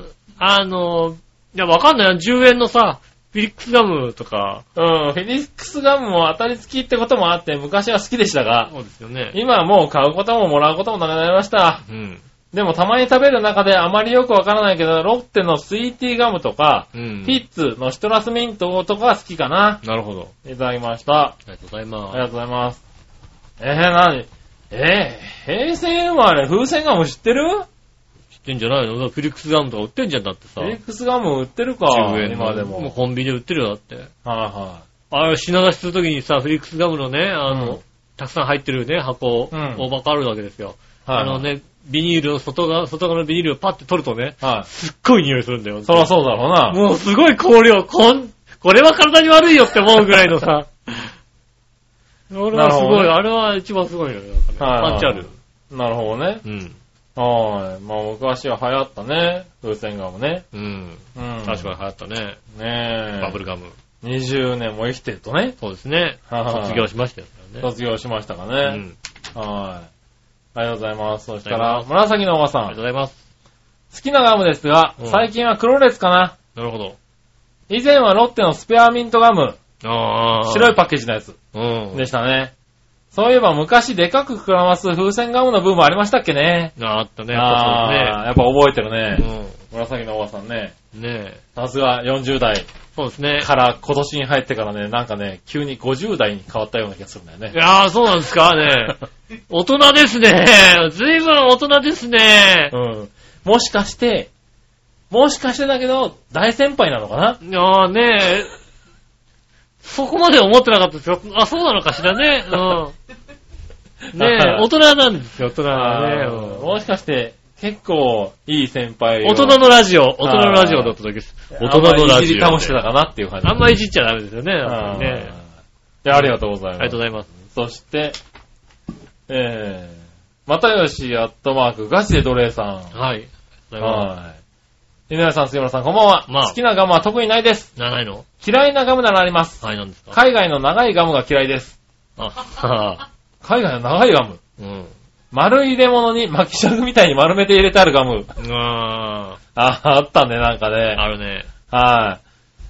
B: あの、いや、わかんないよ。じゅうえんのさ、フィリックスガムとか。
C: うん、フィリックスガムも当たり付きってこともあって、昔は好きでしたが、
B: そうですよね。
C: 今はもう買うことももらうこともなくなりました。うん。でもたまに食べる中であまりよくわからないけど、ロッテのスイーティーガムとか、うん、ピッツのシトラスミントとかが好きかな。
B: なるほど。
C: いただきました。あ
B: りがとうございます。
C: ありがとうございます。えー、なにえー、平成生まれ風船ガム知ってる？
B: 知ってんじゃないの？フィリックスガムとか売ってんじゃんだってさ。
C: フィリックスガム売ってるか。
B: じゅうえん今でも。もうコンビニで売ってるよだって。はいはい。あれ品出しするときにさ、フィリックスガムのね、あの、うん、たくさん入ってるね、箱、うん、大箱あるわけですよ。はい、あのね、ビニールの外側、外側のビニールをパッて取るとね、はい、すっごい匂いするんだよ。
C: そらそうだろうな。
B: もうすごい香料、こん、これは体に悪いよって思うぐらいのさ。俺はすごい、ね、あれは一番すごいよね。なんかね、パンチある。
C: なるほどね。うん。はい。まあ昔は流行ったね。風船ガムね。うん。
B: うん。確かに流行ったね。
C: ねえ。
B: バブルガム。
C: にじゅうねんも生きてるとね。
B: そうですね。卒業しましたよね。
C: 卒業しましたかね。うん。はい。ありがとうございます。そしたら、紫のおばさん。
B: ありがとうございます。
C: 好きなガムですが、うん、最近はクロレスかな。
B: なるほど。
C: 以前はロッテのスペアミントガム。
B: ああ。
C: 白いパッケージのやつ。うん。でしたね。そういえば昔でかく膨らます風船ガムのブームありましたっけね。
B: あ、あったね。
C: ああ、ね、やっぱ覚えてるね。うん。紫のおばさんね。
B: ねえ。
C: さすがよんじゅう代。
B: そうですね。
C: から今年に入ってからね、なんかね、急にごじゅう代に変わったような気がするんだよね。
B: いやー、そうなんですかね。大人ですね。ずいぶん大人ですね。
C: うん。もしかして、もしかしてだけど、大先輩なのかな？
B: いやーねえ。そこまで思ってなかったですよ。あ、そうなのかしらね。うん。ねえ、大人なんですよ、大人はね。
C: うん、もしかして、結構いい先輩。
B: 大人のラジオ、大人のラジオだった時です。大人のラジオ。
C: あんまりいじりかもしてたかなっていう感じ。
B: あんまりいじっちゃダメですよね。ね
C: で、ありがとうございます。
B: ありがとうございます。
C: そして、えー、またよしアットマーク、ガチで奴隷さん。
B: はい。
C: はい。井上さん、杉村さん、こんばんは。まあ、好きなガムは特にないです。
B: ないの？
C: 嫌いなガムならあります。
B: はい、なんですか？
C: 海外の長いガムが嫌いです。あ、はぁ。海外の長いガム。うん。丸い入れ物に巻き尺みたいに丸めて入れてあるガム。ああ、あったね、なんかね。
B: あるね。
C: はい。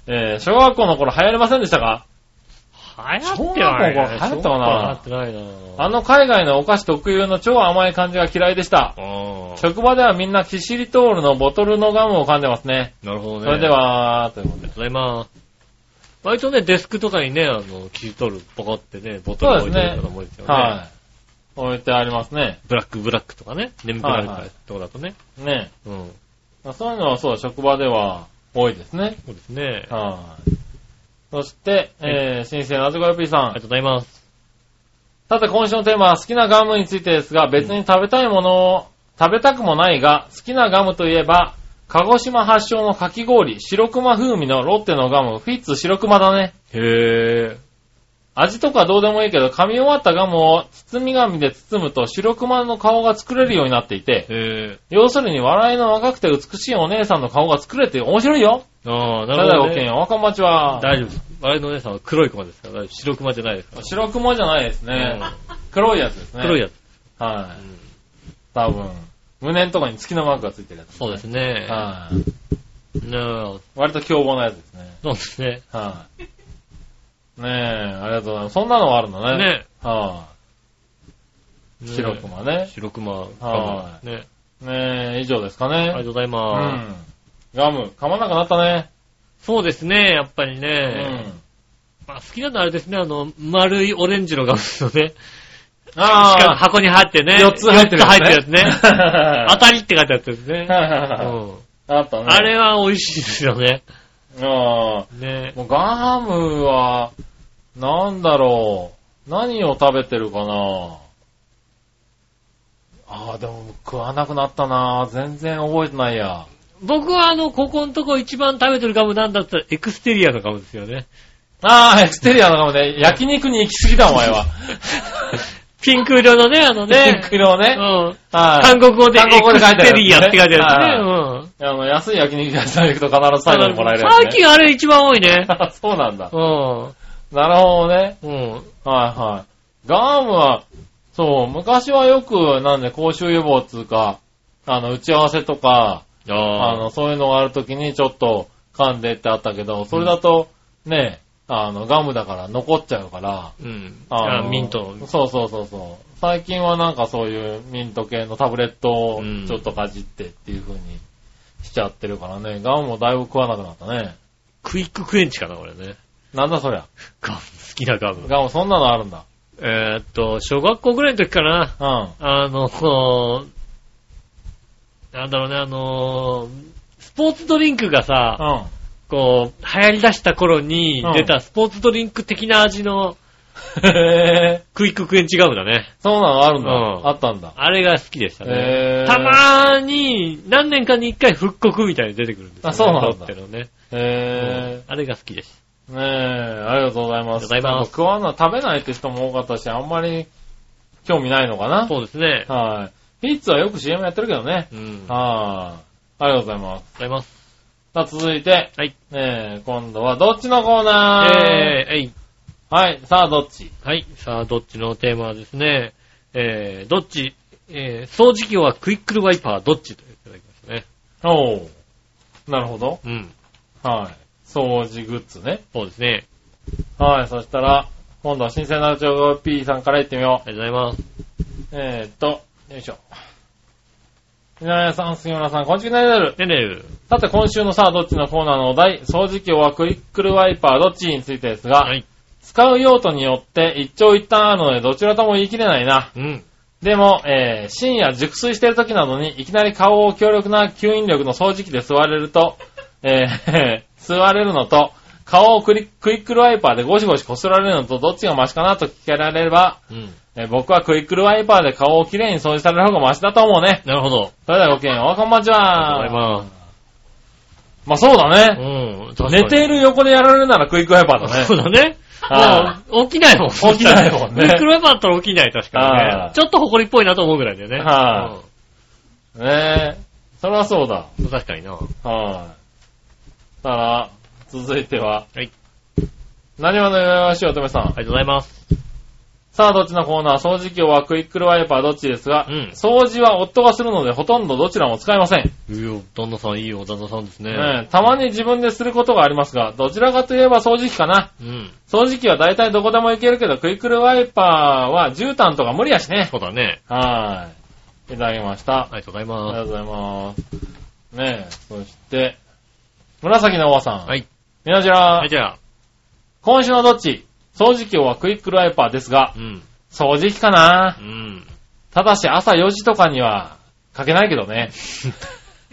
C: えー、小学校の頃流行りませんでしたか？
B: 流行ってない。
C: 小学校の頃流行ったかな？
B: 流行ってないな。
C: あの海外のお菓子特有の超甘い感じが嫌いでした。職場ではみんなキシリトールのボトルのガムを噛んでますね。
B: なるほどね。
C: それでは、ということで。
B: ありがとうございます。割とね、デスクとかにね、あの、キシリトールポコってね、ボトル置いてる方も多いですよね。はい。
C: 置いてありますね。
B: ブラックブラックとかね。眠くなるからとかだとね。
C: ねえ。うん。そういうのはそう、職場では多いですね。
B: そうですね。
C: はい。 そして、えー、新鮮なあずこよぴーさん。あ
B: りがとうございます。
C: さて、今週のテーマは好きなガムについてですが、別に食べたいものを、食べたくもないが、好きなガムといえば、鹿児島発祥のかき氷、白熊風味のロッテのガム、フィッツ白熊だね。
B: へー。
C: 味とかどうでもいいけど、噛み終わったガムを包み紙で包むと白熊の顔が作れるようになっていて、
B: へ
C: 要するに笑いの若くて美しいお姉さんの顔が作れて面白いよ。
B: ああ、なるほど、ね。
C: ただごきげんよう、おかんばちは。
B: 大丈夫です。笑いのお姉さんは黒い熊ですから、白熊じゃないですから。
C: 白熊じゃないですね。黒いやつですね。
B: 黒いやつ。
C: はい、うん。多分、胸のところに月のマークがついてるやつ、ね。
B: そうですね。
C: はい、
B: あ。
C: 割と凶暴なやつですね。
B: そうですね。
C: はい、ねえ、ありがとうございます。そんなのがあるんだね。
B: ね
C: え。はい、白熊ね。
B: 白熊。
C: はい、
B: ね
C: ねえ、以上ですかね。あ
B: りがとうございます。
C: うん。ガム、噛まなくなったね。
B: そうですね、やっぱりね。うん。まあ、好きなのはあれですね、あの、丸いオレンジのガムのね。ああ。しかも箱に入ってね。
C: よっつ入ってるやつね。
B: よっつ入ってるやつね。当たりって書いてあったやつね。
C: うん。あったね。
B: あれは美味しいですよね。
C: ああ。
B: ね。
C: もうガムは、なんだろう。何を食べてるかな。ああ、でも食わなくなったな。全然覚えてないや。
B: 僕はあの、ここのとこ一番食べてるガムなんだったらエクステリアのガムですよね。
C: ああ、エクステリアのガムね。焼肉に行き過ぎだ、お前は。
B: ピンク色のね、あのね。
C: ピンク色ね。
B: うん。韓国語でエクステリアって書いてあるやつね。うん。
C: あの、安い焼肉屋さん行くと必ず最後にもらえるやつ、ね。
B: 最近あれ一番多いね。
C: そうなんだ。
B: うん。
C: なるほどね。
B: うん。
C: はいはい。ガムは、そう、昔はよく、なんで、口臭予防つうか、あの、打ち合わせとか、ああの、そういうのがあるときにちょっと噛んでってあったけど、それだと、ね、あの、ガムだから残っちゃうから、
B: うん。あのミント。
C: そうそうそうそう。最近はなんかそういうミント系のタブレットをちょっとかじってっていう風にしちゃってるからね、ガムもだいぶ食わなくなったね。
B: クイッククエンチかな、これね。
C: なんだそりゃ。
B: ガム、好きなガム。
C: ガム、そんなのあるんだ。
B: えー、っと、小学校ぐらいの時かな。
C: うん。
B: あの、こう、なんだろうね、あの、スポーツドリンクがさ、
C: うん。
B: こう、流行り出した頃に出たスポーツドリンク的な味の、
C: へ
B: ぇクイッククエンチガムだね。
C: そうなのあるんだ、うん。あったんだ。
B: あれが好きでしたね。
C: へ
B: たまーに、何年かに一回復刻みたいに出てくるんですよね。
C: あ、そうなんだ。
B: ってのね。
C: へ
B: ー、あれが好きです。
C: ねえ、ありがとうございます。ありがとうご
B: ざいます。
C: 食わな、食べないって人も多かったし、あんまり興味ないのかな。
B: そうですね。
C: はい。ピッツはよく シーエム やってるけどね。
B: うん。
C: はい。ありがとうございます。
B: ありがとうございます。
C: さあ、続いて。
B: はい。
C: ねえ、今度はどっちのコーナー？
B: えー、えい。
C: はい。さあ、どっち？
B: はい。さあ、どっちのテーマはですね、えー、どっち、えー、掃除機はクイックルワイパーどっちといただきましたね。
C: おー。なるほど。
B: うん。
C: はい。掃除グッズね。
B: そうですね。
C: はい。そしたら、今度は新鮮な情報 P さんから行ってみよ
B: う。ありがとうございます。
C: えーっと、よいしょ。みなやさん、杉村さん、こんにちは。ねる
B: ねる。
C: さて、今週のさあ、どっちのコーナーのお題、掃除機はクイックルワイパーどっちについてですが、はい。使う用途によって一長一短あるので、どちらとも言い切れないな。
B: うん。で
C: も、えー、深夜熟睡してる時などに、いきなり顔を強力な吸引力の掃除機で吸われると、えー、吸われるのと、顔をクリクイックルワイパーでゴシゴシ擦られるのとどっちがマシかなと聞かれれば、うんえー、僕はクイックルワイパーで顔をきれいに掃除される方がマシだと思うね。
B: なるほど。
C: それではごきげんよう、こんばんちは。
B: ありがとうございます。
C: まあそうだね。うん。寝ている横でやられるならクイックルワイパーだね。
B: そうだね。もう起きないもん。
C: 起きないもんね。
B: クイックルワイパーだったら起きない確かにね。ちょっと埃っぽいなと思うぐらいだよね。
C: はい、うん。ねえ。それはそうだ。
B: 確かにな。はい、
C: あ。さあ、続いては。
B: はい。
C: 何話のよよしおとめさん。あり
B: がとうございます。
C: さあ、どっちのコーナー、掃除機はクイックルワイパーどっちですが、
B: うん、
C: 掃除は夫がするのでほとんどどちらも使いません。
B: いいよ、旦那さんいいよ、旦那さんですね。
C: ねたまに自分ですることがありますが、どちらかといえば掃除機かな。
B: うん、
C: 掃除機は大体どこでもいけるけど、クイックルワイパーは絨毯とか無理やしね。
B: そうだね。
C: はい。いただきました。
B: ありがとうございます。
C: ありがとうございます。ねえ、そして、紫のおばさん。
B: はい。
C: みなじら。
B: はい、じゃあ。
C: 今週のどっち掃除機はクイックルワイパーですが、
B: うん、
C: 掃除機かな、
B: うん、
C: ただし朝よじとかにはかけないけどね。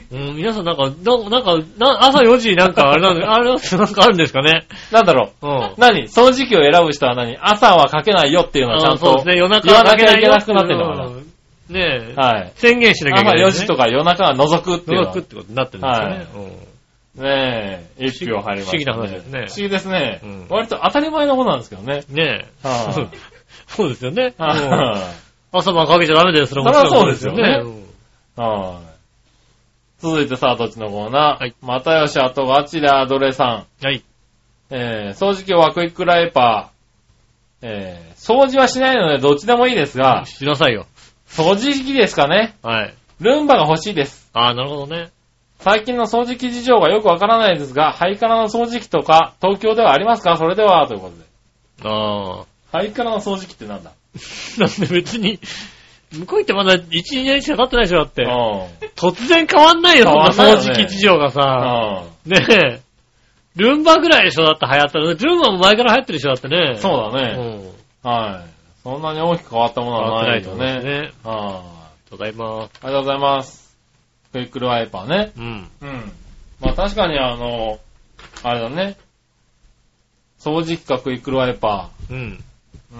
B: うん、皆さんなんか、ななんか、な朝よじなんかあれなんで、あれなんかあるんですかね。
C: なんだろう。うん。何掃除機を選ぶ人は何朝はかけないよっていうのはちゃんと。そうですね、夜中はかけないよ。言わなきゃいけなくなってんのかな。ねえ。はい。宣言しなきゃいけない、ね。朝よじとか夜中は覗くっていうの。覗くってことになってるんですよね。はい。うん、ねえ、一票入りました、ね。不思議な話ですね。不思議ですね。うん、割と当たり前のことなんですけどね。ねえ。はあ、そうですよね。はあ、朝晩かけちゃダメですよ、それはそうですよね。はい。続いてさあ、どっちのコーナー。はい。またよし、あとガチでアドレさん。はい。えー、掃除機はクイックライパー。えー、掃除はしないのでどっちでもいいですが。しなさいよ。掃除機ですかね。はい。ルンバが欲しいです。あー、なるほどね。最近の掃除機事情がよくわからないですが、ハイカラの掃除機とか、東京ではありますか？それでは、ということで。あー。ハイカラの掃除機ってなんだ？なんで別に、向こう行ってまだいち、にねんしか経ってないでしょ、だって。突然変わんないよ、そんな掃除機事情がさ。ねえ。ルンバぐらいでしょ、だって流行ったの。ルンバも前から流行ってるでしょ、だってね。そうだね。うん、はい。そんなに大きく変わったものはないよね。ね。はい。ありがとうございます。ありがとうございます。クイックルワイパーね。うん。うん。まあ確かにあの、あれだね。掃除機かクイックルワイパー。うん。うん、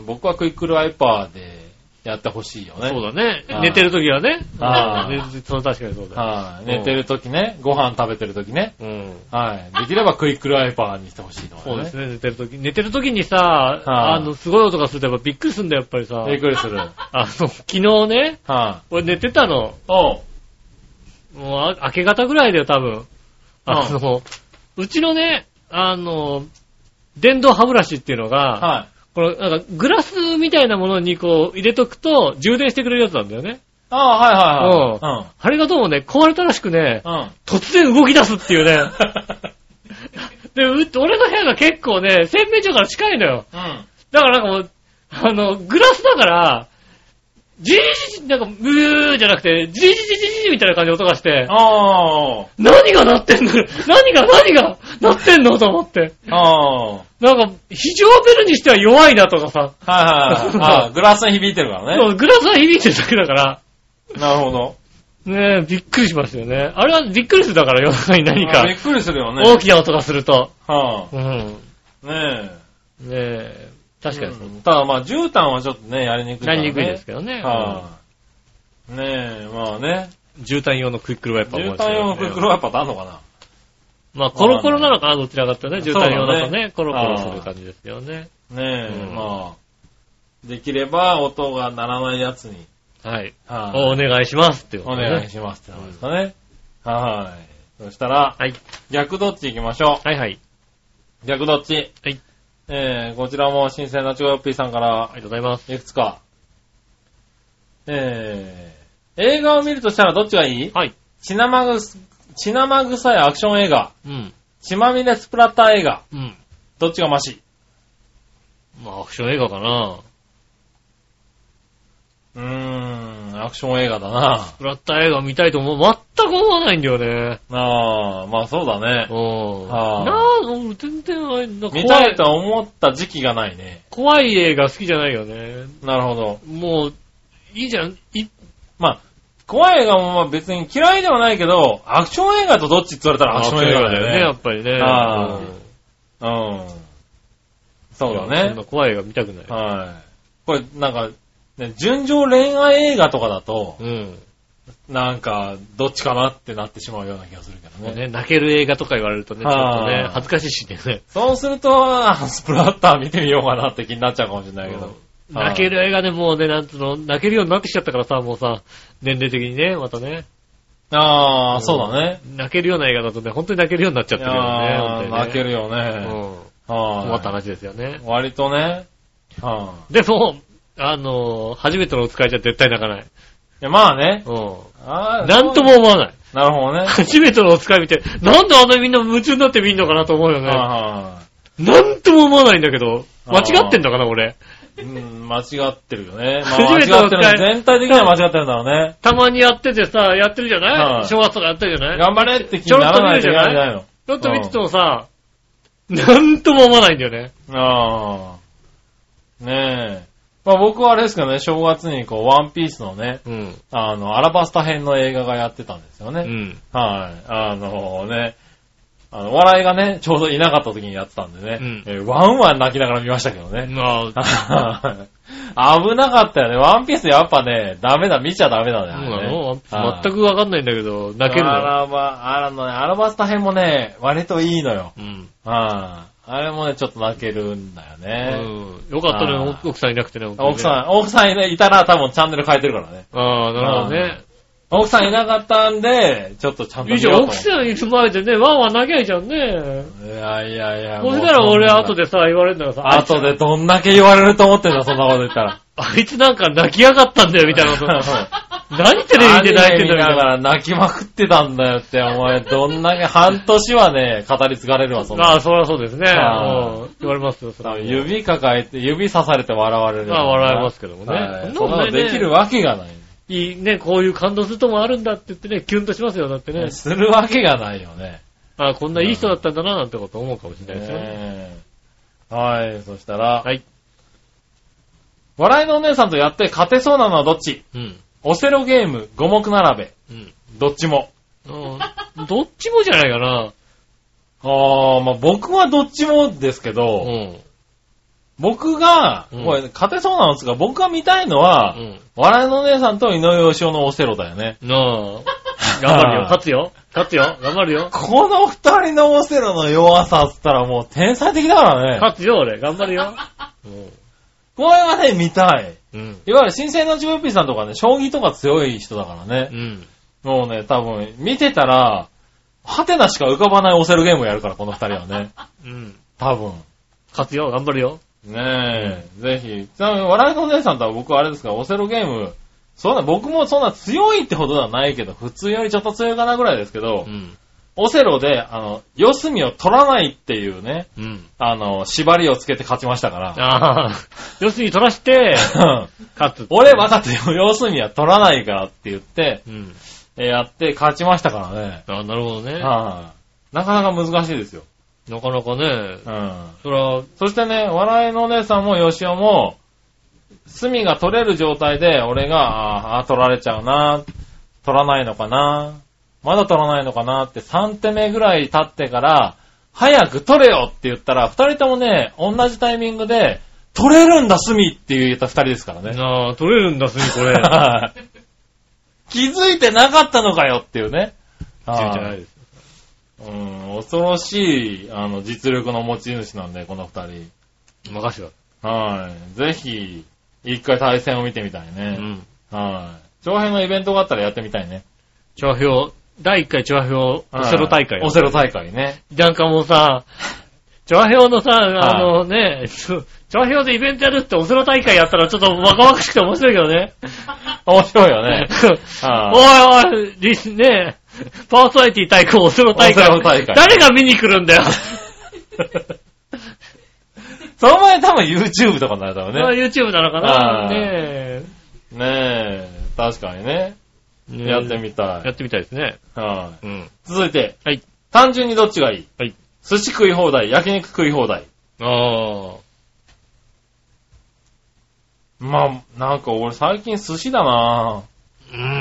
C: 僕はクイックルワイパーでやってほしいよね。そうだね。寝てるときはね。ああ。その確かにそうだ。はい。寝てるときね。ご飯食べてるときね。うん。はい。できればクイックルワイパーにしてほしいのね。そうですね。寝てるとき。寝てるときにさ、あの、すごい音がするとやっぱびっくりするんだよ、やっぱりさ。びっくりする。あの、昨日ね。はい。俺寝てたの。おう。もう、明け方ぐらいだよ、多分。あの、うちのね、あの、電動歯ブラシっていうのが、はい。この、なんか、グラスみたいなものにこう、入れとくと、充電してくれるやつなんだよね。ああ、はいはいはい。うん。うん、あれがどうもね、壊れたらしくね、うん、突然動き出すっていうね。で、俺の部屋が結構ね、洗面所から近いのよ。うん。だからなんかもう、あの、グラスだから、ジージー、なんか、ブーじゃなくて、ジージージージーみたいな感じの音がして、ああ。何が鳴ってんの何が、何が鳴ってんのと思って。ああ。なんか、非常ベルにしては弱いなとかさ。はいはいはい。ああ、グラスに響いてるからね。そう、グラスは響いてるだけだから。なるほど。ねえ、びっくりしますよね。あれはびっくりするだから夜中に何か。びっくりするよね。大きな音がすると。はあ。うん。ねえ。ねえ。確かにそう、うん。ただまあ、絨毯はちょっとね、やりにくいからね。やりにくいですけどね。はあ。ねえ、まあね。絨毯用のクイックルワイパーも、ね。絨毯用のクイックルワイパーってあんのかな？まあ、コロコロなのかな、どちらかってね。絨毯用だとね、ねコロコロする感じですよね。ねえ、うん、まあ、できれば音が鳴らないやつに。はい。はあ、お願いしますっていうこと、ね。お願いしますってことですかね。うん、はい。そしたら、はい。逆どっち行きましょう。はいはい。逆どっち。はい。えー、こちらも新鮮なチョコヨッピーさんから、ありがとうございます。いくつか。えー、映画を見るとしたらどっちがいい？はい。血生ぐ、血生臭いアクション映画。うん。血まみれスプラッター映画。うん。どっちがマシ？まあ、アクション映画かな。うーん、アクション映画だな。スプラッター映画見たいと思う。全く思わないんだよね。ああ、まあそうだね。うん。はあ、なあ、全然なんか見たいと思った時期がないね。怖い映画好きじゃないよね。なるほど。もう、いいじゃん。い、まあ、怖い映画もまあ別に嫌いではないけど、アクション映画とどっちって言われたらアクション映画だよね。やっぱりね。ああ。うん。そうだね。そんな怖い映画見たくない。はい。これなんか、ね、純情恋愛映画とかだと、うん。なんか、どっちかなってなってしまうような気がするけどね。ね、泣ける映画とか言われるとね、ちょっとね、恥ずかしいしね。そうすると、スプラッター見てみようかなって気になっちゃうかもしれないけど。うん、泣ける映画でもうね、なんつうの、泣けるようになってきちゃったからさ、もうさ、年齢的にね、またね。ああ、うん、そうだね。泣けるような映画だとね、本当に泣けるようになっちゃってるよね。あね泣けるよね。うん。はあ。困った話ですよね。割とね。はあ。でも、あのー、初めてのお使いじゃ絶対泣かない。いや、まあね。うん。ああ。なんとも思わない。なるほどね。初めてのお使い見て、なんであんなみんな夢中になって見んのかなと思うよね。はあ。なんとも思わないんだけど、間違ってんのかな、俺。うん、間違ってるよね。まあ、間違ってる。全体的には間違ってるんだろうね。たまにやっててさ、やってるじゃない、はあ、正月とかやってるじゃない頑張れって気にならないといけないじゃないの。ちょっと見ててもさ、なんとも思わないんだよね。ああ。ねえ。 まあ僕はあれですけどね、正月にこう、ワンピースのね、うん、あの、アラバスタ編の映画がやってたんですよね。うん、はい。あのね、あの、笑いがね、ちょうどいなかった時にやってたんでね、うんえー、ワンワン泣きながら見ましたけどね。まあ、危なかったよね。ワンピースやっぱね、ダメだ、見ちゃダメだね。
B: そうなの？全くわかんないんだけど、泣けるの。
C: あらば、あのね、アラバスタ編もね、割といいのよ。うん。ああれもね、ちょっと泣けるんだよね。
B: うん。よかったね、奥さんいなくてね。
C: 奥さん、奥さんいたら多分チャンネル変えてるからね。
B: ああ、なるほどね。
C: 奥さんいなかったんで、ちょっとちゃんと見ようと思って。
B: 奥さんいる前でね、ワンワン投げゃいいじゃんね。
C: いやいやいや。
B: そしたら俺後でさ、言われるんだから
C: さ。後でどんだけ言われると思ってんだ、そんなこと言ったら。
B: あいつなんか泣きやがったんだよ、みたいなこと。何テレビで泣いてんだよ。
C: 見ながら泣きまくってたんだよって、お前、どんだけ半年はね、語り継がれるわ、そんな。
B: ああ、そりゃそうですね。言われますよ、それ。
C: 指抱えて、指刺されて笑われる。
B: まあ、笑えますけどもね。
C: そんなのできるわけがない。
B: いいね、こういう感動するともあるんだって言ってね、キュンとしますよ、だってね。
C: するわけがないよね。
B: ああ、こんないい人だったんだな、なんてこと思うかもしれないですね。
C: はい、そしたら、はい。笑いのお姉さんとやって勝てそうなのはどっち？うん。オセロゲーム、五目並べ。うん。どっちも。
B: うん。どっちもじゃないかな。
C: ああ、まあ僕はどっちもですけど、うん。僕が、うん、これ勝てそうなのですが、僕が見たいのは、うん、笑いのお姉さんと井上義雄のオセロだよね。
B: なあ。頑張るよ。勝つよ。勝つよ。頑張るよ。
C: この二人のオセロの弱さっつったらもう天才的だからね。
B: 勝つよ、俺。頑張るよ。うん、
C: これはね、見たい。うん、いわゆる新生のジョーピーさんとかね、将棋とか強い人だからね。うん、もうね、多分、見てたら、ハテナしか浮かばないオセロゲームをやるから、この二人はね。うん。多分。
B: 勝つよ。頑張るよ。
C: ねえ、うん、ぜひ。ちなみに、笑いのお姉さんとは僕はあれですから、オセロゲーム、そんな、僕もそんな強いってほどではないけど、普通よりちょっと強いかなぐらいですけど、うん、オセロで、あの、四隅を取らないっていうね、うん、あの、縛りをつけて勝ちましたから。あ
B: あ、四隅取らして、勝つ。
C: 俺分かってよ、四隅は取らないからって言って、うん、やって勝ちましたからね。
B: ああ、なるほどね。
C: はあ、なかなか難しいですよ。
B: なかなかね。うん。
C: そら、そしてね、笑いのお姉さんも吉尾も、隅が取れる状態で、俺が、ああ、取られちゃうな、取らないのかな、まだ取らないのかなってさん手目ぐらい経ってから、早く取れよって言ったら、二人ともね、同じタイミングで、取れるんだ隅って言った二人ですからね。
B: ああ、取れるんだ隅これ。
C: 気づいてなかったのかよっていうね。
B: 気づいてないです。
C: うん、恐ろしい、あの、実力の持ち主なんで、この二人。
B: 任せ
C: ろ。はい。ぜひ、一回対戦を見てみたいね。うん。はい。長編のイベントがあったらやってみたいね。
B: 長編、だいいっかい長編オセロ大会。
C: オセロ大会ね。
B: なんかもうさ、長編のさ、あのね、長編でイベントやるってオセロ大会やったらちょっと若々しくて面白いけどね。
C: 面白いよね。
B: おいおい、リスね、パーソナリティ対抗オセロ大会。オセロ大会。誰が見に来るんだよ。
C: その前多分 YouTube とかになるだろうね。
B: YouTube なのかな。ねえ。
C: ねえ、確かにね。やってみたい。
B: やってみたいですね。
C: はい、うん。続いて。
B: はい。
C: 単純にどっちがいい？はい。寿司食い放題、焼肉食い放題。ああ。まあ、なんか俺最近寿司だなぁ。うー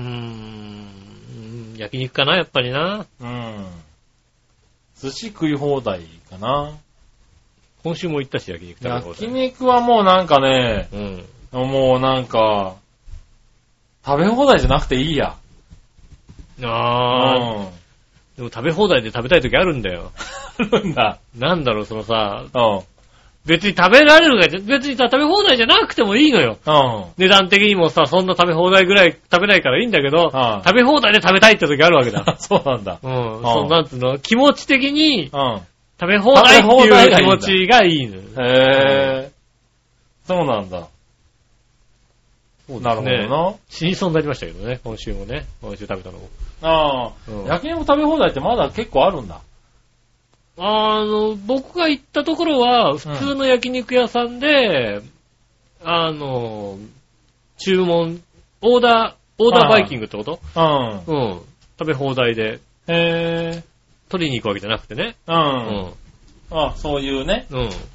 B: ん。焼肉かな、やっぱりな。うん。
C: 寿司食い放題かな。
B: 今週も行ったし、焼肉食べ放題。
C: 焼肉はもうなんかね、うん。もうなんか、食べ放題じゃなくていいや。
B: ああ。うん。でも食べ放題で食べたい時あるんだよ。
C: あるんだ。
B: なんだろう、そのさ、うん。別に食べられるが、別にさ、食べ放題じゃなくてもいいのよ。うん。値段的にもさ、そんな食べ放題ぐらい食べないからいいんだけど、うん、食べ放題で食べたいって時あるわけだ。
C: そうなんだ。
B: うん。うん、そう、なんつうの、気持ち的に、うん。食べ放題っていう気持ちがいいのよ。
C: へぇー。そうなんだ。そうなるほどな。
B: 死にそうになりましたけどね、今週もね。今週食べたのも。
C: ああ、うん、焼肉食べ放題ってまだ結構あるんだ。
B: あの、僕が行ったところは、普通の焼肉屋さんで、うん、あの、注文、オーダー、オーダーバイキングってこと？うん。うん。食べ放題で。へぇー。取りに行くわけじゃなくてね。うん。うん。
C: あ、そういうね。うん。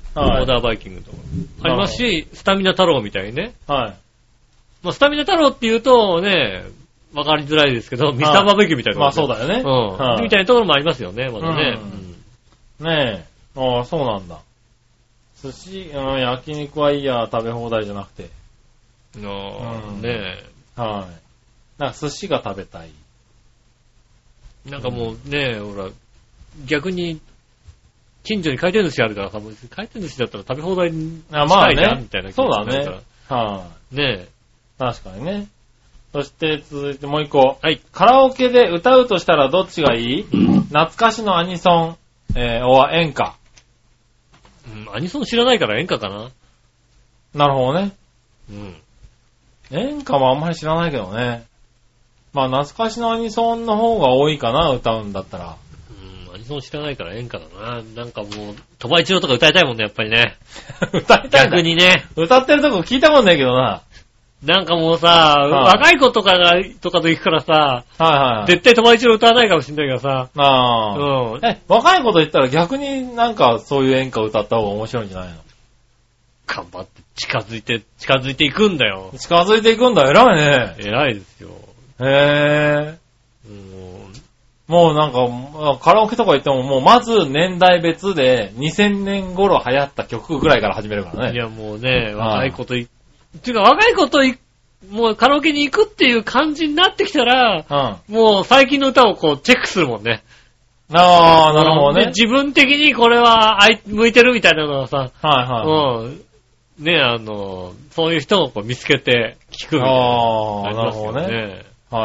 B: はい、オーダーバイキングとか。ありますし、スタミナ太郎みたいにね。はい。まあ、スタミナ太郎って言うとね、わかりづらいですけど、ミスターバーベキューみたいな、ね。まあ
C: そうだよね。
B: うん。はい、みたいなところもありますよね、まだね。
C: うん、ねえ。ああ、そうなんだ。寿司、うん、焼肉はいいや、食べ放題じゃなくて。
B: ああ、うん、ね
C: え。はい。なんか寿司が食べたい。
B: なんかもうね、ほら、逆に、近所に回転寿司あるからさ、回転寿司だったら食べ放題に近いじゃん、まあね、みたいな気がするから。そうだね。はい、ねえ。確かにね。そして続いてもう一個。はい。カラオケで歌うとしたらどっちがいい？懐かしのアニソン、えー、お演歌。 うん、アニソン知らないから演歌かな。
C: なるほどね。うん。演歌もあんまり知らないけどね。まあ懐かしのアニソンの方が多いかな、歌うんだったら。
B: うん、アニソン知らないから演歌だな。なんかもう、鳥羽一郎とか歌いたいもんね、やっぱりね。
C: 歌いたい。
B: 逆にね。
C: 歌ってるとこ聞いたことないけどな。
B: なんかもうさ、はい、若い子とかが、とかと行くからさ、はいはい、絶対鳥羽一郎歌わないかもしんないけどさ。あ
C: あ。うん。え、若い子と言ったら逆になんかそういう演歌歌った方が面白いんじゃないの？
B: 頑張って近づいて、近づいていくんだよ。
C: 近づいていくんだ、偉いね。
B: 偉いですよ。
C: へぇー。もうなんか、カラオケとか行ってももうまず年代別でにせんねん頃流行った曲ぐらいから始めるからね。
B: いやもうね、若い子とい、っていうか若い子とい、もうカラオケに行くっていう感じになってきたら、うん、もう最近の歌をこうチェックするもんね。
C: ああ、なるほどね。
B: 自分的にこれはあい向いてるみたいなのはさ、はいはい。うん。ね、あの、そういう人をこう見つけて聞くみたいな。ああ、なるほどね。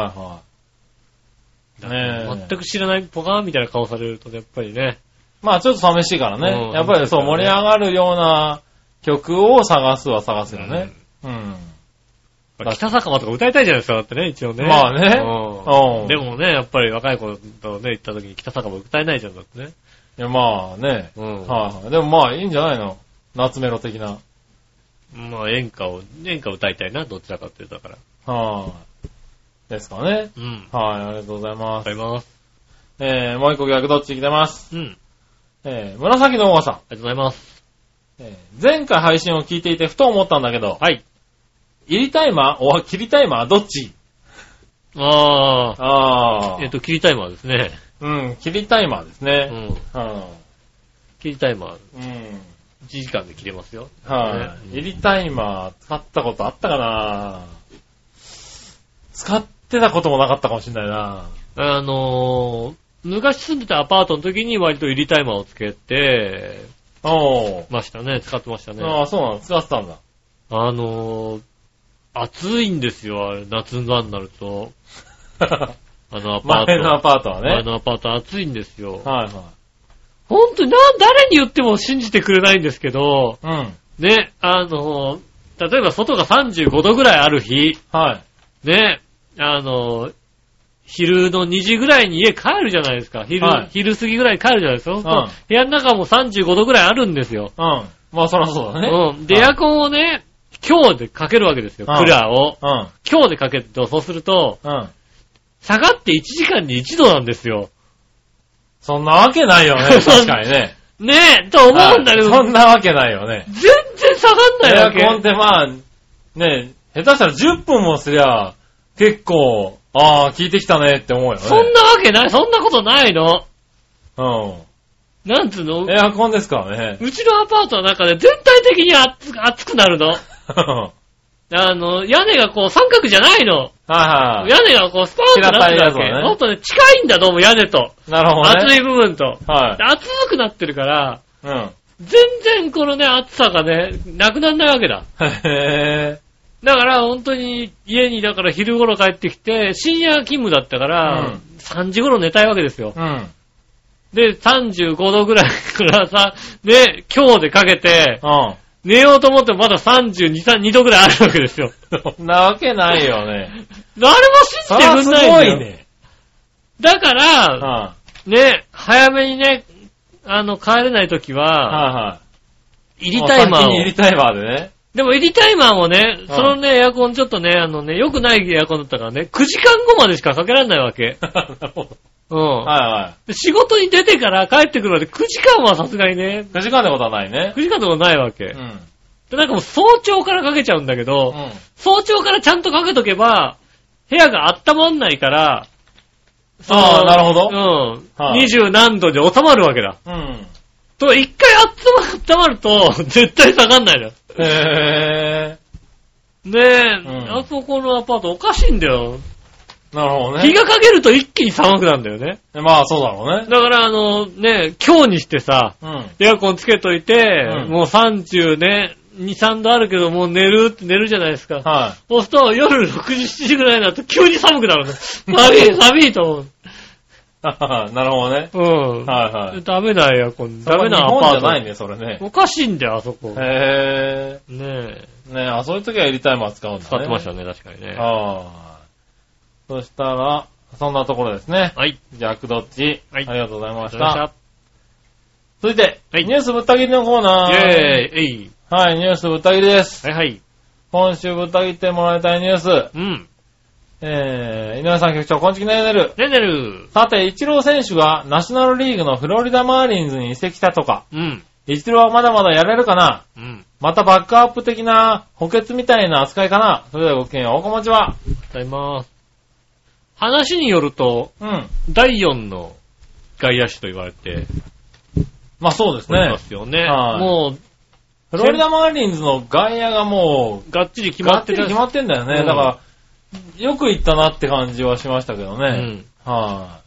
B: はいはい。ね、全く知らないポカーンみたいな顔されるとやっぱりね。
C: まあちょっと寂しいからね。うん、やっぱりそう盛り上がるような曲を探すは探すよね。うん。うん
B: 北坂間とか歌いたいじゃないですか、だってね、一応ね。
C: まあね。うん。
B: でもね、やっぱり若い子とね、行った時に北坂間歌えないじゃん、だってね。
C: いや、まあね。うん。はいはい。でもまあいいんじゃないの？夏メロ的な。
B: まあ演歌を、演歌歌いたいな、どちらかっていうとだから。
C: はい。ですかね。うん。はい、ありがとうございます。
B: ありがとうございます。
C: えー、もう一個逆どっち来てます。うん。えー、紫のおばさん。あ
B: りがとうございます。
C: えー、前回配信を聞いていてふと思ったんだけど。はい。入りタイマーお切りタイマーどっち？
B: ああ。ああ。えっと、切りタイマーですね。
C: うん、切りタイマーですね。うん。
B: うん。切りタイマー。うん。いちじかんで切れますよ。
C: はい、ね。入りタイマー使ったことあったかな？使ってたこともなかったかもしれないな。
B: あのー、昔住んでたアパートの時に割と入りタイマーをつけて、おー。ましたね。使ってましたね。
C: ああ、そうなの。使ってたんだ。
B: あのー、暑いんですよ、あれ、夏場になると。あのアパート。
C: 前のアパートはね。
B: 前のアパート暑いんですよ。
C: はいはい。
B: ほんとにな、誰に言っても信じてくれないんですけど、うん。ね、あの、例えば外がさんじゅうごどぐらいある日、はい。ね、あの、昼のにじぐらいに家帰るじゃないですか。昼、はい、昼過ぎぐらい帰るじゃないですか。うん。部屋の中もさんじゅうごどぐらいあるんですよ。
C: うん。まあそらそうだね。
B: うん。で、エアコンをね、今日でかけるわけですよ、クーラーを。うん。今日でかけると、そうすると、うん。下がっていちじかんにいちどなんですよ。
C: そんなわけないよね、確かにね。
B: ねえ、と思うんだけど。
C: そんなわけないよね。
B: 全然下がんないわけ。
C: エアコンってまあ、ねえ、下手したらじゅっぷんもすりゃ、結構、ああ、効いてきたねって思うよね。
B: そんなわけない、そんなことないの。うん。なんつうの？
C: エアコンですからね。
B: うちのアパートの中で全体的に暑暑くなるの。あの、屋根がこう三角じゃないの。はいはい。屋根がこうスパーンとなってるわけ。ね、もっとね、近いんだ、どうも屋根と。
C: なるほどね。
B: 暑い部分と。はい。暑くなってるから、うん。全然このね、暑さがね、なくならないわけだ。へー。だから本当に家にだから昼頃帰ってきて、深夜勤務だったから、うん、さんじ頃寝たいわけですよ。うん。で、さんじゅうごどぐらいからさ、ね、今日でかけて、うん。寝ようと思ってもまださんじゅうに、さん、にどぐらいあるわけですよ。
C: そんなわけないよね。
B: 誰も信じてくんないんだよ。すごいね。だから、うん、ね、早めにね、あの、帰れないときは、はいはい、入りタイマーを。
C: 入りタイマーでね。
B: でも入りタイマーもね、そのね、エアコンちょっとね、あのね、良くないエアコンだったからね、くじかんごまでしかかけられないわけ。 うん。はい
C: はい。
B: 仕事に出てから帰ってくるまでくじかんはさすがにね。
C: くじかんってことはないね。
B: くじかんってことはないわけ。うん。で、なんかもう早朝からかけちゃうんだけど、うん、早朝からちゃんとかけとけば、部屋が温まんないから、
C: ああ、なるほど。
B: うん。はあ、二十何度で収まるわけだ。
C: うん。
B: と、一回温まると、絶対下がんないの。
C: へ
B: ぇー。ねえ、うん、あそこのアパートおかしいんだよ。
C: なるほどね。
B: 日がかけると一気に寒くなるんだよね。
C: まあそうだろうね。
B: だからあの、ね、今日にしてさ、うん、エアコンつけといて、うん、もうさんじゅうね、に、さんどあるけどもう寝るって寝るじゃないですか。はい。そうすると夜ろくじ、しちじぐらいになると急に寒くなるの。寒い、寒いと思う。
C: なるほどね。
B: うん。はいはい。ダメなエアコン。ダメなアパート。日本じゃないね、それね。おかしいんだよ、あそこ。
C: へ
B: ぇー。ね
C: え。ねえ、あ、そういう時はエリタイマー使うんだね。
B: 使ってましたね、確かにね。
C: ああ。そしたら、そんなところですね。
B: はい。
C: じゃあ、くどっち。はい。ありがとうございました。続いて、
B: はい、
C: ニュースぶった切りのコーナー。
B: イェーイ。えい。
C: はい、ニュースぶった切りです。
B: はいはい。
C: 今週ぶった切ってもらいたいニュース。
B: うん。
C: えー、井上さん局長、こんちきねるねる。
B: ねねる。
C: さて、イチロー選手がナショナルリーグのフロリダマーリンズに移籍したとか。
B: うん。
C: イチローはまだまだやれるかな。
B: うん。
C: またバックアップ的な補欠みたいな扱いかな。それではごきげんよう、おこもちは。
B: ありがとうございます。話によると、
C: うん。
B: だいよんの外野手と言われて。
C: まあそうですね。
B: いますよね。はい。もう、
C: フロリダマーリンズの外野がもう、
B: がっちり決まってる。
C: がっちり決まってんだよね。うん、だから、よく行ったなって感じはしましたけどね。うん。はい、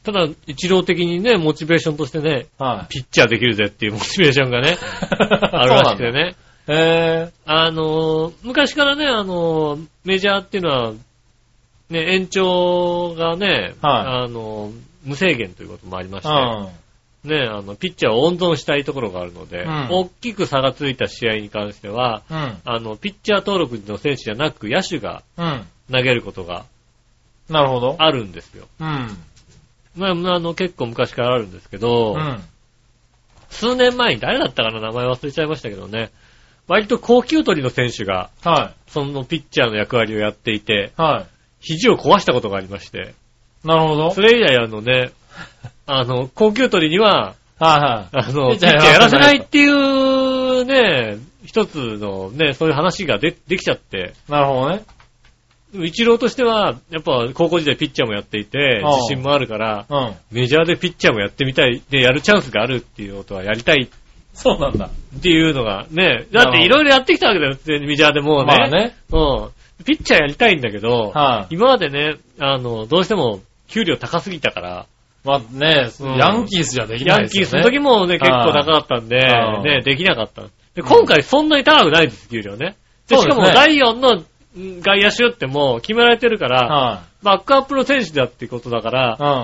B: ただ、一郎的にね、モチベーションとしてね、はい、ピッチャーできるぜっていうモチベーションがね、あるらしくてね。
C: へー。
B: あのー、昔からね、あのー、メジャーっていうのは、ね、延長がね、はい、あのー、無制限ということもありまして、うんね、あの、ピッチャーを温存したいところがあるので、うん、大きく差がついた試合に関しては、うん、あの、ピッチャー登録の選手じゃなく、野手が投げることが、
C: なるほど。
B: あるんですよ。
C: うん。
B: まあ、あの、結構昔からあるんですけど、うん、数年前に誰だったかな、名前忘れちゃいましたけどね、割と高級取りの選手が、
C: はい、
B: そのピッチャーの役割をやっていて、
C: はい、
B: 肘を壊したことがありまして、
C: なるほど。
B: それ以来あのね、あの、高級取りには、
C: はいはい。
B: あの、ピッチャーやらせないっていうね、一つのね、そういう話がで、できちゃって。
C: なるほどね。
B: 一郎としては、やっぱ高校時代ピッチャーもやっていて、自信もあるから、うん、メジャーでピッチャーもやってみたい、で、やるチャンスがあるっていうことはやりたい。
C: そうなんだ。
B: っていうのがね、だっていろいろやってきたわけだよ、メジャーでもうね。
C: まあね。
B: うん。ピッチャーやりたいんだけど、はあ、今までね、あの、どうしても給料高すぎたから、
C: まあね、うん、ヤンキースじゃできないですよね。ヤンキース
B: の時もね、結構高かったんで、ね、できなかった。で、今回そんなに高くないんです、給料ね。で、しかもだいよんの外野手ってもう決められてるから、バックアップの選手だっていうことだから、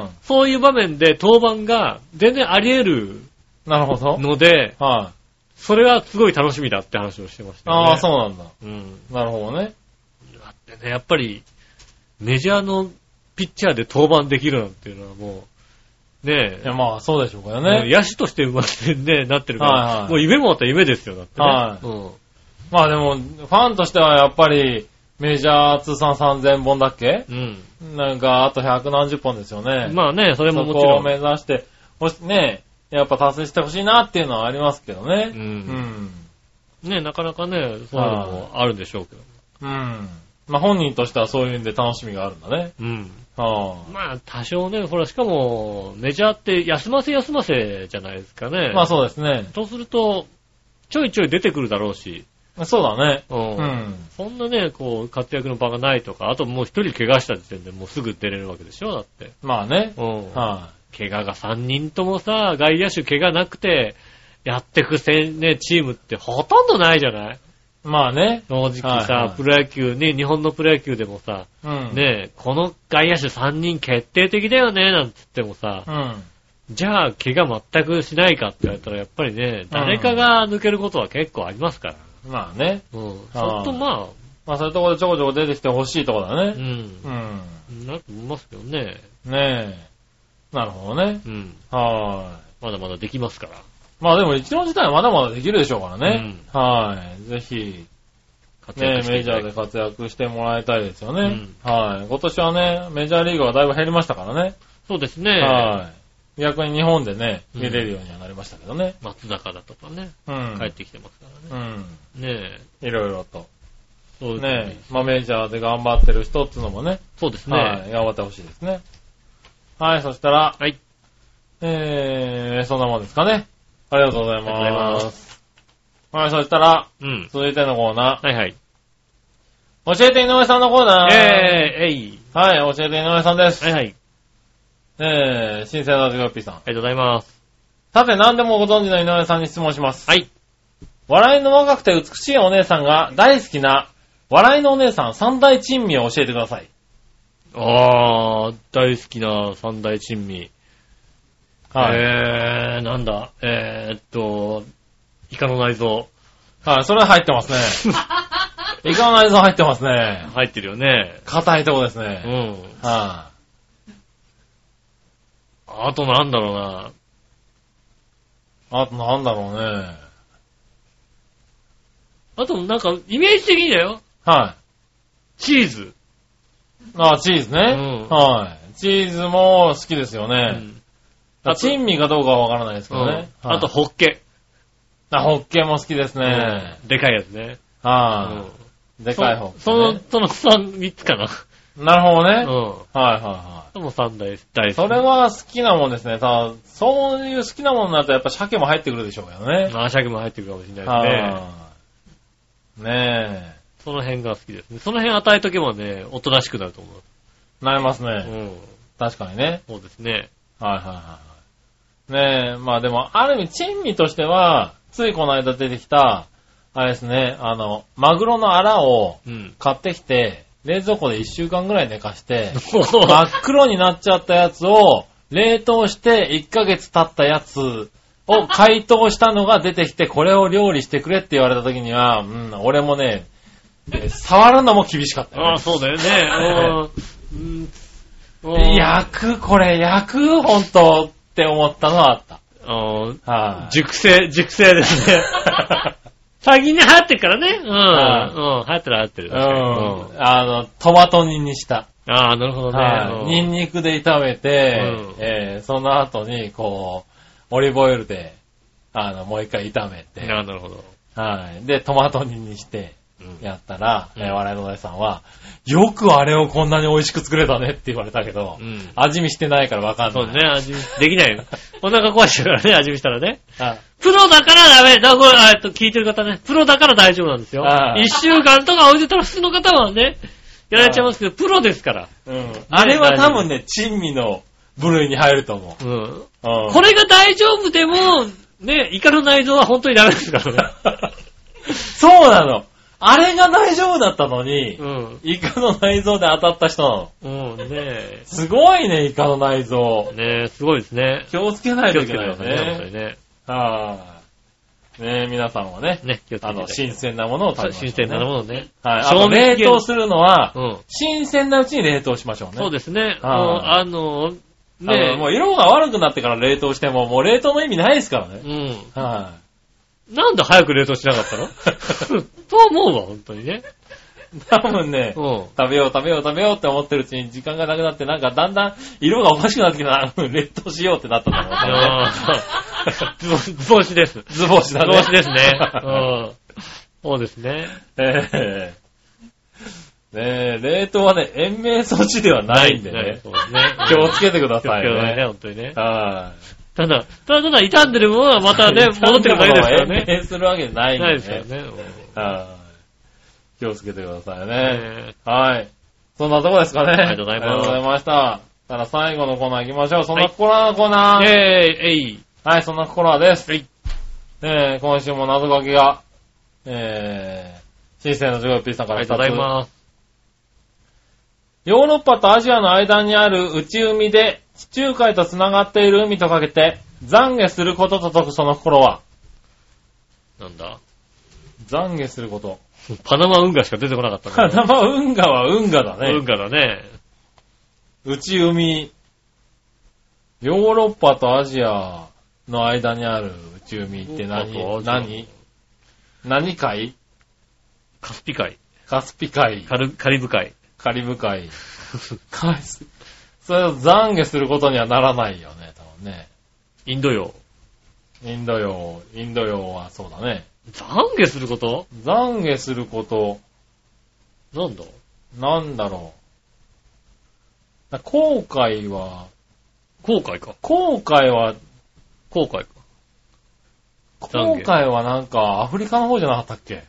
B: そういう場面で登板が全然あり得るので、それはすごい楽しみだって話をしてましたね。
C: ああ、そうなんだ。
B: うん。
C: なるほどね。
B: だってね、やっぱり、メジャーのピッチャーで登板できるなんていうのはもう、ねえ。
C: いや、まあ、そうでしょうからね。
B: 野手として生まれてね、なってるから、はいはい、もう夢もまた夢ですよ、だってね。
C: はい。うん。まあでも、ファンとしてはやっぱり、メジャー通算さんぜんぼんだっけうん。なんか、あと百何十本ですよね。
B: まあね、それももちろん。
C: そこを目指して、ね、やっぱ達成してほしいなっていうのはありますけどね。
B: うん。うん。ね、なかなかね、そういうのもあるんでしょうけど。
C: うん。まあ本人としてはそういうんで楽しみがあるんだね。
B: うん。
C: は
B: あ、まあ多少ね、ほら、しかも、メジャーって休ませ休ませじゃないですかね。
C: まあそうですね。
B: とすると、ちょいちょい出てくるだろうし。
C: そうだね。
B: うん。うん、そんなね、こう、活躍の場がないとか、あともう一人怪我した時点でもうすぐ出れるわけでしょ、だって。
C: まあね。
B: うん。
C: はい、
B: 怪我がさんにんともさ、外野手怪我なくて、やってくせんね、チームってほとんどないじゃない？
C: まあね。
B: 正直さ、はいはい、プロ野球ね、日本のプロ野球でもさ、うん、ね、この外野手さんにん決定的だよね、なんつってもさ、
C: うん、
B: じゃあ、怪我全くしないかって言われたら、やっぱりね、誰かが抜けることは結構ありますから。
C: うん、まあね。
B: うん。ちょっとまあ、
C: まあそういうところでちょこちょこ出てきてほしいところだね。
B: うん。うん。なと思いますけどね。
C: ねえ。なるほどね。
B: うん。
C: は
B: ーい。まだまだできますから。
C: まあでも一郎自体はまだまだできるでしょうからね。うん、はい。ぜひ、
B: 活躍して、
C: ね、メジャーで活躍してもらいたいですよね。うん、はい。今年はね、メジャーリーグはだいぶ減りましたからね。
B: そうですね。
C: はい。逆に日本でね、見れるようにはなりましたけどね。
B: うん、松坂だとかね。うん。帰ってきてますからね。うん。ね
C: え。いろいろと。
B: そうです
C: ね。ねえ。まあメジャーで頑張ってる人っていうのもね。
B: そうですね。
C: はい。頑張ってほしいですね。はい、そしたら。
B: はい。
C: えー、そんなもんですかね。ありがとうございます。ありがとうございます。はい、そしたら。うん。続いてのコーナー。
B: はいはい。
C: 教えて井上さんのコーナー。
B: えー、えい。
C: はい、教えて井上さんです。
B: はいはい。
C: えー、新鮮なジョッピーさん。あ
B: りがとうございます。
C: さて、何でもご存知の井上さんに質問します。
B: はい。
C: 笑いの若くて美しいお姉さんが大好きな、笑いのお姉さん三大珍味を教えてください。
B: あー、大好きな三大珍味。はい。えー、なんだ、えーっと、イカの内臓。
C: はい、それ入ってますね。イカの内臓入ってますね。
B: 入ってるよね。
C: 硬いとこですね。
B: うん。
C: はい、
B: あとなんだろうな。
C: あとなんだろうね。
B: あとなんか、イメージ的にだよ。
C: はい。
B: チーズ。
C: あ、チーズね。うん、はい。チーズも好きですよね。うん、珍味かどうかはわからないですけどね。
B: うん、はい、あと、ホッケ。
C: あ、ホッケも好きですね。
B: うん、でかいやつね。
C: はい、うん。でかいホッケ、ね。
B: その、その三、三つかな。
C: なるほどね。
B: うん。
C: はいはいはい。
B: もう三大大好き。
C: それは好きなもんですね。ただ、そういう好きなものになるとやっぱ鮭も入ってくるでしょうけどね。
B: ああ、鮭も入ってくるかもしれない
C: ですね。ねえ。
B: その辺が好きですね。その辺与えとけばね、おとなしくなると思う。
C: なりますね。
B: うん。
C: 確かにね。
B: そうですね。
C: はいはいはい。ねえ、まあでも、ある意味、珍味としては、ついこの間出てきた、あれですね、あの、マグロのアラを買ってきて、うん、冷蔵庫でいっしゅうかんぐらい寝かして、真っ黒になっちゃったやつを冷凍していっかげつ経ったやつを解凍したのが出てきて、これを料理してくれって言われた時には、うん、俺もね、触るのも厳しかったよね。
B: ああ、そうだよね。
C: うん、焼く、これ焼く本当って思ったのはあった。
B: はあ、熟成、熟成ですね。最近ね、流行ってるからね。うん。うん。流行ってる流行ってる。
C: うん。あの、トマト煮にした。
B: ああ、なるほどね。
C: ニンニクで炒めて、えー、その後に、こう、オリーブオイルで、あの、もう一回炒めて。
B: ああ、なるほど。
C: はい。で、トマト煮にして、やったら、うん、えー、笑いのお姉さんは、よくあれをこんなに美味しく作れたねって言われたけど、うん、味見してないからわかんない。
B: そうね、味見できないよ。お腹壊しちゃうからね、味見したらね。
C: あ
B: プロだからダメ。だこれ、えっと、聞いてる方ね、プロだから大丈夫なんですよ。一週間とか置いてたら普通の方はね、やられちゃいますけど、プロですから。
C: うん。あれは多分ね、珍味の部類に入ると思う。うん。
B: うん、これが大丈夫でも、ね、イカの内臓は本当にダメですからね。
C: そうなの。あれが大丈夫だったのに、うん、イカの内臓で当たった人なの。
B: うん、ねえ。
C: すごいね、イカの内臓。
B: ねえ、すごいですね。
C: 気をつけないといけないよね。
B: 気をつけないといけないね。
C: はい、ねえ、皆さんはね、
B: ね気をつけて
C: あの、新鮮なものを食べましょう、ね。
B: 新鮮なものをね。
C: はい。あと冷凍するのは、うん、新鮮なうちに冷凍しましょうね。
B: そうですね。あの、
C: ねえ。もう色が悪くなってから冷凍しても、もう冷凍の意味ないですからね。
B: うん。
C: はい。
B: なんで早く冷凍しなかったのと思うわ、本当にね。
C: 多分ね、うん、食べよう食べよう食べようって思ってるうちに時間がなくなって、なんかだんだん色がおかしくなってきたら、冷凍しようってなったんだろうね。
B: 図星です。
C: 図星だね。
B: 図星ですね。うん。そうですね。
C: えーねえ、冷凍はね、延命措置ではないんでね。そうですね。気をつけてくださいね。
B: 気をつけてね、本当にね。
C: はい。
B: ただ、ただただ傷んでるものはまたね、戻ってくるだけですからね。
C: 延命するわけじゃないんでね。
B: ないですよね。
C: はい。気をつけてくださいね。はい。そんなとこですかね。
B: ありがとうございます。
C: ありがとうございました。ただ最後のコーナー行きましょう。そんな心のコーナー。
B: えー、えい。
C: はい、そんな心です。はい。えー、今週も謎かけが、えー、新鮮なジョーピーさんからふたつ。
B: ありがとうございます。
C: ヨーロッパとアジアの間にある内海で地中海と繋がっている海とかけて懺悔することと解くその心は
B: なんだ
C: 懺悔すること。
B: パナマ運河しか出てこなかったね。
C: パナマ運河は運河だね。
B: 運河だね。
C: 内海。ヨーロッパとアジアの間にある内海って何何何海？
B: カスピ海。
C: カスピ海。
B: カルカリブ海。
C: カリブ海。そそれを懺悔することにはならないよね、多分ね。
B: インド洋。
C: インド洋、インド洋はそうだね。
B: 懺悔すること？
C: 懺悔すること。
B: なんだ？
C: なんだろう。後悔は、
B: 後悔か。
C: 後悔は、
B: 後悔か。
C: 後悔はなんかアフリカの方じゃなかったっけ？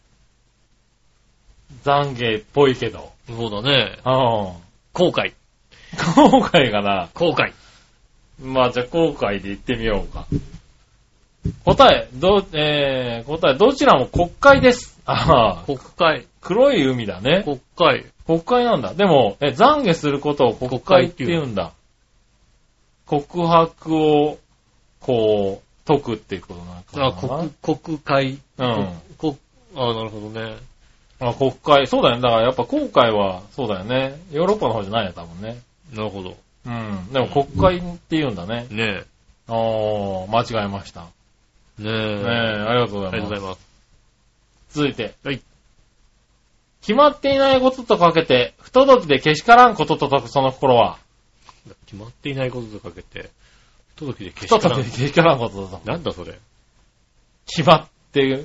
C: 懺悔っぽいけど。
B: そうだね。
C: うん。
B: 後悔。
C: 後悔かな。
B: 後悔。
C: まあじゃあ後悔で言ってみようか。答え、ど、えー、答え、どちらも国会です。ああ。
B: 国会。
C: 黒い海だね。
B: 国会。
C: 国会なんだ。でも、え、懺悔することを国会って言うんだ。告白を、こう、解くっていうことなのかな。
B: あ、国、国会。
C: うん。
B: 国、ああ、なるほどね。
C: あ、国会。そうだよね。だからやっぱ後悔は、そうだよね。ヨーロッパの方じゃないよ、多分ね。
B: なるほど。
C: うん。でも国会って言うんだね。
B: ねえ。
C: ああ、間違えました。
B: ねえ。
C: ねえ、ありがとうございます。
B: ありがとうございます。
C: 続いて。
B: はい。
C: 決まっていないこととかけて、不届きでけしからんことと解くその心は。
B: 決まっていないこととかけて、不届きでけしからん。
C: 不届きでけしからんことと解く。
B: なんだそれ。
C: 決まって、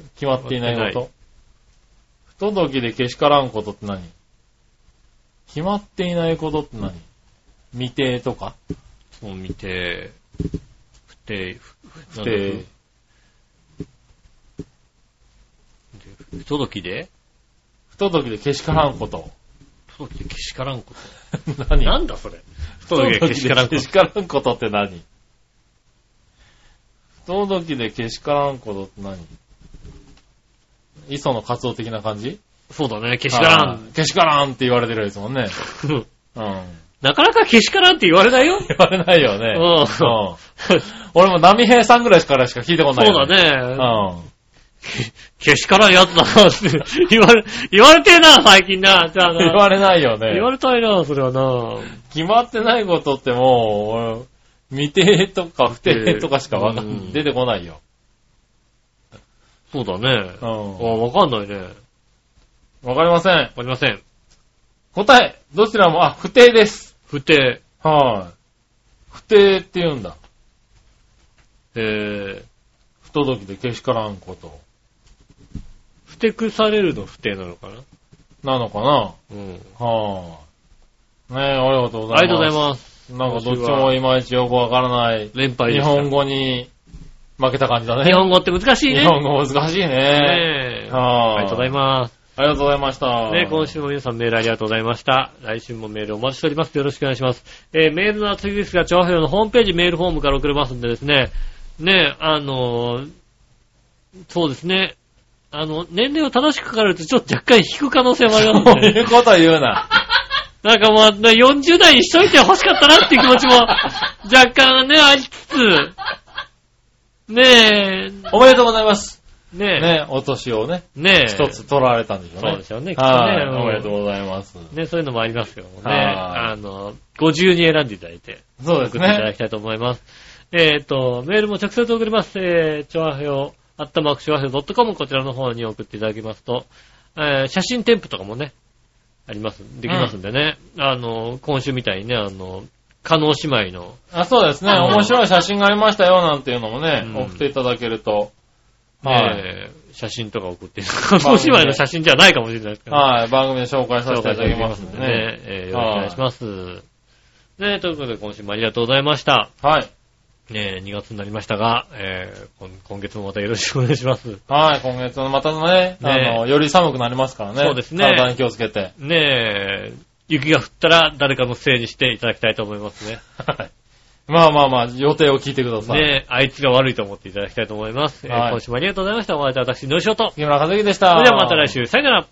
C: 決まっていないこと。不届きでけしからんことって何？決まっていないことって何？未定とか？
B: そう、未定。不定、
C: 不定。
B: 不届きで
C: 不届きでけしからんこと。
B: 不届きでけしからんこと。
C: 何？
B: なんだそれ。不届きでけしからんこと。
C: けしからんことって何？不届きでけしからんことって何？磯のカツオ的な感じ？
B: そうだね、けしからん。
C: けしからんって言われてるやつもんね。うん。
B: なかなかけしからんって言われないよ。
C: 言われないよね。
B: うん。うん、
C: 俺も波平さんぐらいからしか聞いたことない、
B: ね。そうだね。
C: うん。
B: けしからんやつだなって言われ、言われてえな、最近な。じゃあな
C: 言われないよね。
B: 言われたいな、それはな。
C: 決まってないことってもう、未定とか不定とかしかわかん、うん、出てこないよ。
B: そうだね。
C: うん。
B: あ、わかんないね。
C: わかりません。わ
B: かりません。
C: 答え、どちらも、あ、不定です。
B: 不定。
C: はい。不定って言うんだ。
B: えー。
C: 不届きでけしからんこと。
B: 不てくされるの不定なのかな？
C: なのかな？
B: うん。
C: はぁ、あ。ねえ、ありがとうございます。
B: ありがとうございます。
C: なんかどっちもいまいちよくわからない。
B: 連敗で
C: した。日本語に負けた感じだね。
B: 日本語って難しいね。
C: 日本語難しいね。
B: ねえ。はぁ、あ。ありがとうございます。
C: ありがとうございました。
B: ね、今週も皆さんメールありがとうございました。来週もメールお待ちしております。よろしくお願いします。えー、メールの次ですが、調和表のホームページメールフォームから送れますんでですね。ね、あのー、そうですね。あの、年齢を正しく書かれるとちょっと若干引く可能性もありますね。
C: そういうこと言うな。
B: なんかもう、よんじゅう代にしといて欲しかったなっていう気持ちも若干ね、ありつつ。ねえ。
C: おめでとうございます。
B: ねえ。
C: ねえ、お年をね。
B: ねえ。
C: 一つ取られたんでしょうね。
B: そうでしょうね、きっとね。
C: おめでとうございます。
B: ね、そういうのもありますけどもね。あの、ご自由に選んでいただいて。
C: そうですね。
B: 送っていただきたいと思います。えっと、メールも直接送ります。えー、ちょわひょう、アットマークちょわひょう .com こちらの方に送っていただきますと、えー、写真添付とかもね、あります、できますんでね。うん、あの、今週みたいにね、あの、加納姉妹の。
C: あ、そうですね。面白い写真がありましたよ、なんていうのもね、うん、送っていただけると。
B: はい。写真とか送って、加納姉妹の写真じゃないかもしれないですけど、ね。
C: はい。番組で紹介させていただきますんでね。
B: ねえー、よろしくお願いします。ね、ということで今週もありがとうございました。
C: はい。
B: ねえ、にがつになりましたが、えー、今月もまたよろしくお願いします。
C: はい、今月もまたね、ねあの、より寒くなりますからね。
B: そうですね。
C: 体に気をつけて。
B: ねえ、雪が降ったら誰かのせいにしていただきたいと思いますね。
C: はい。まあまあまあ、予定を聞いてください。
B: ねえ、あいつが悪いと思っていただきたいと思います。はい、えー、今週もありがとうございました。お会いいたい私、のりしおと。
C: 木村和之でした。
B: それではまた来週、さよなら。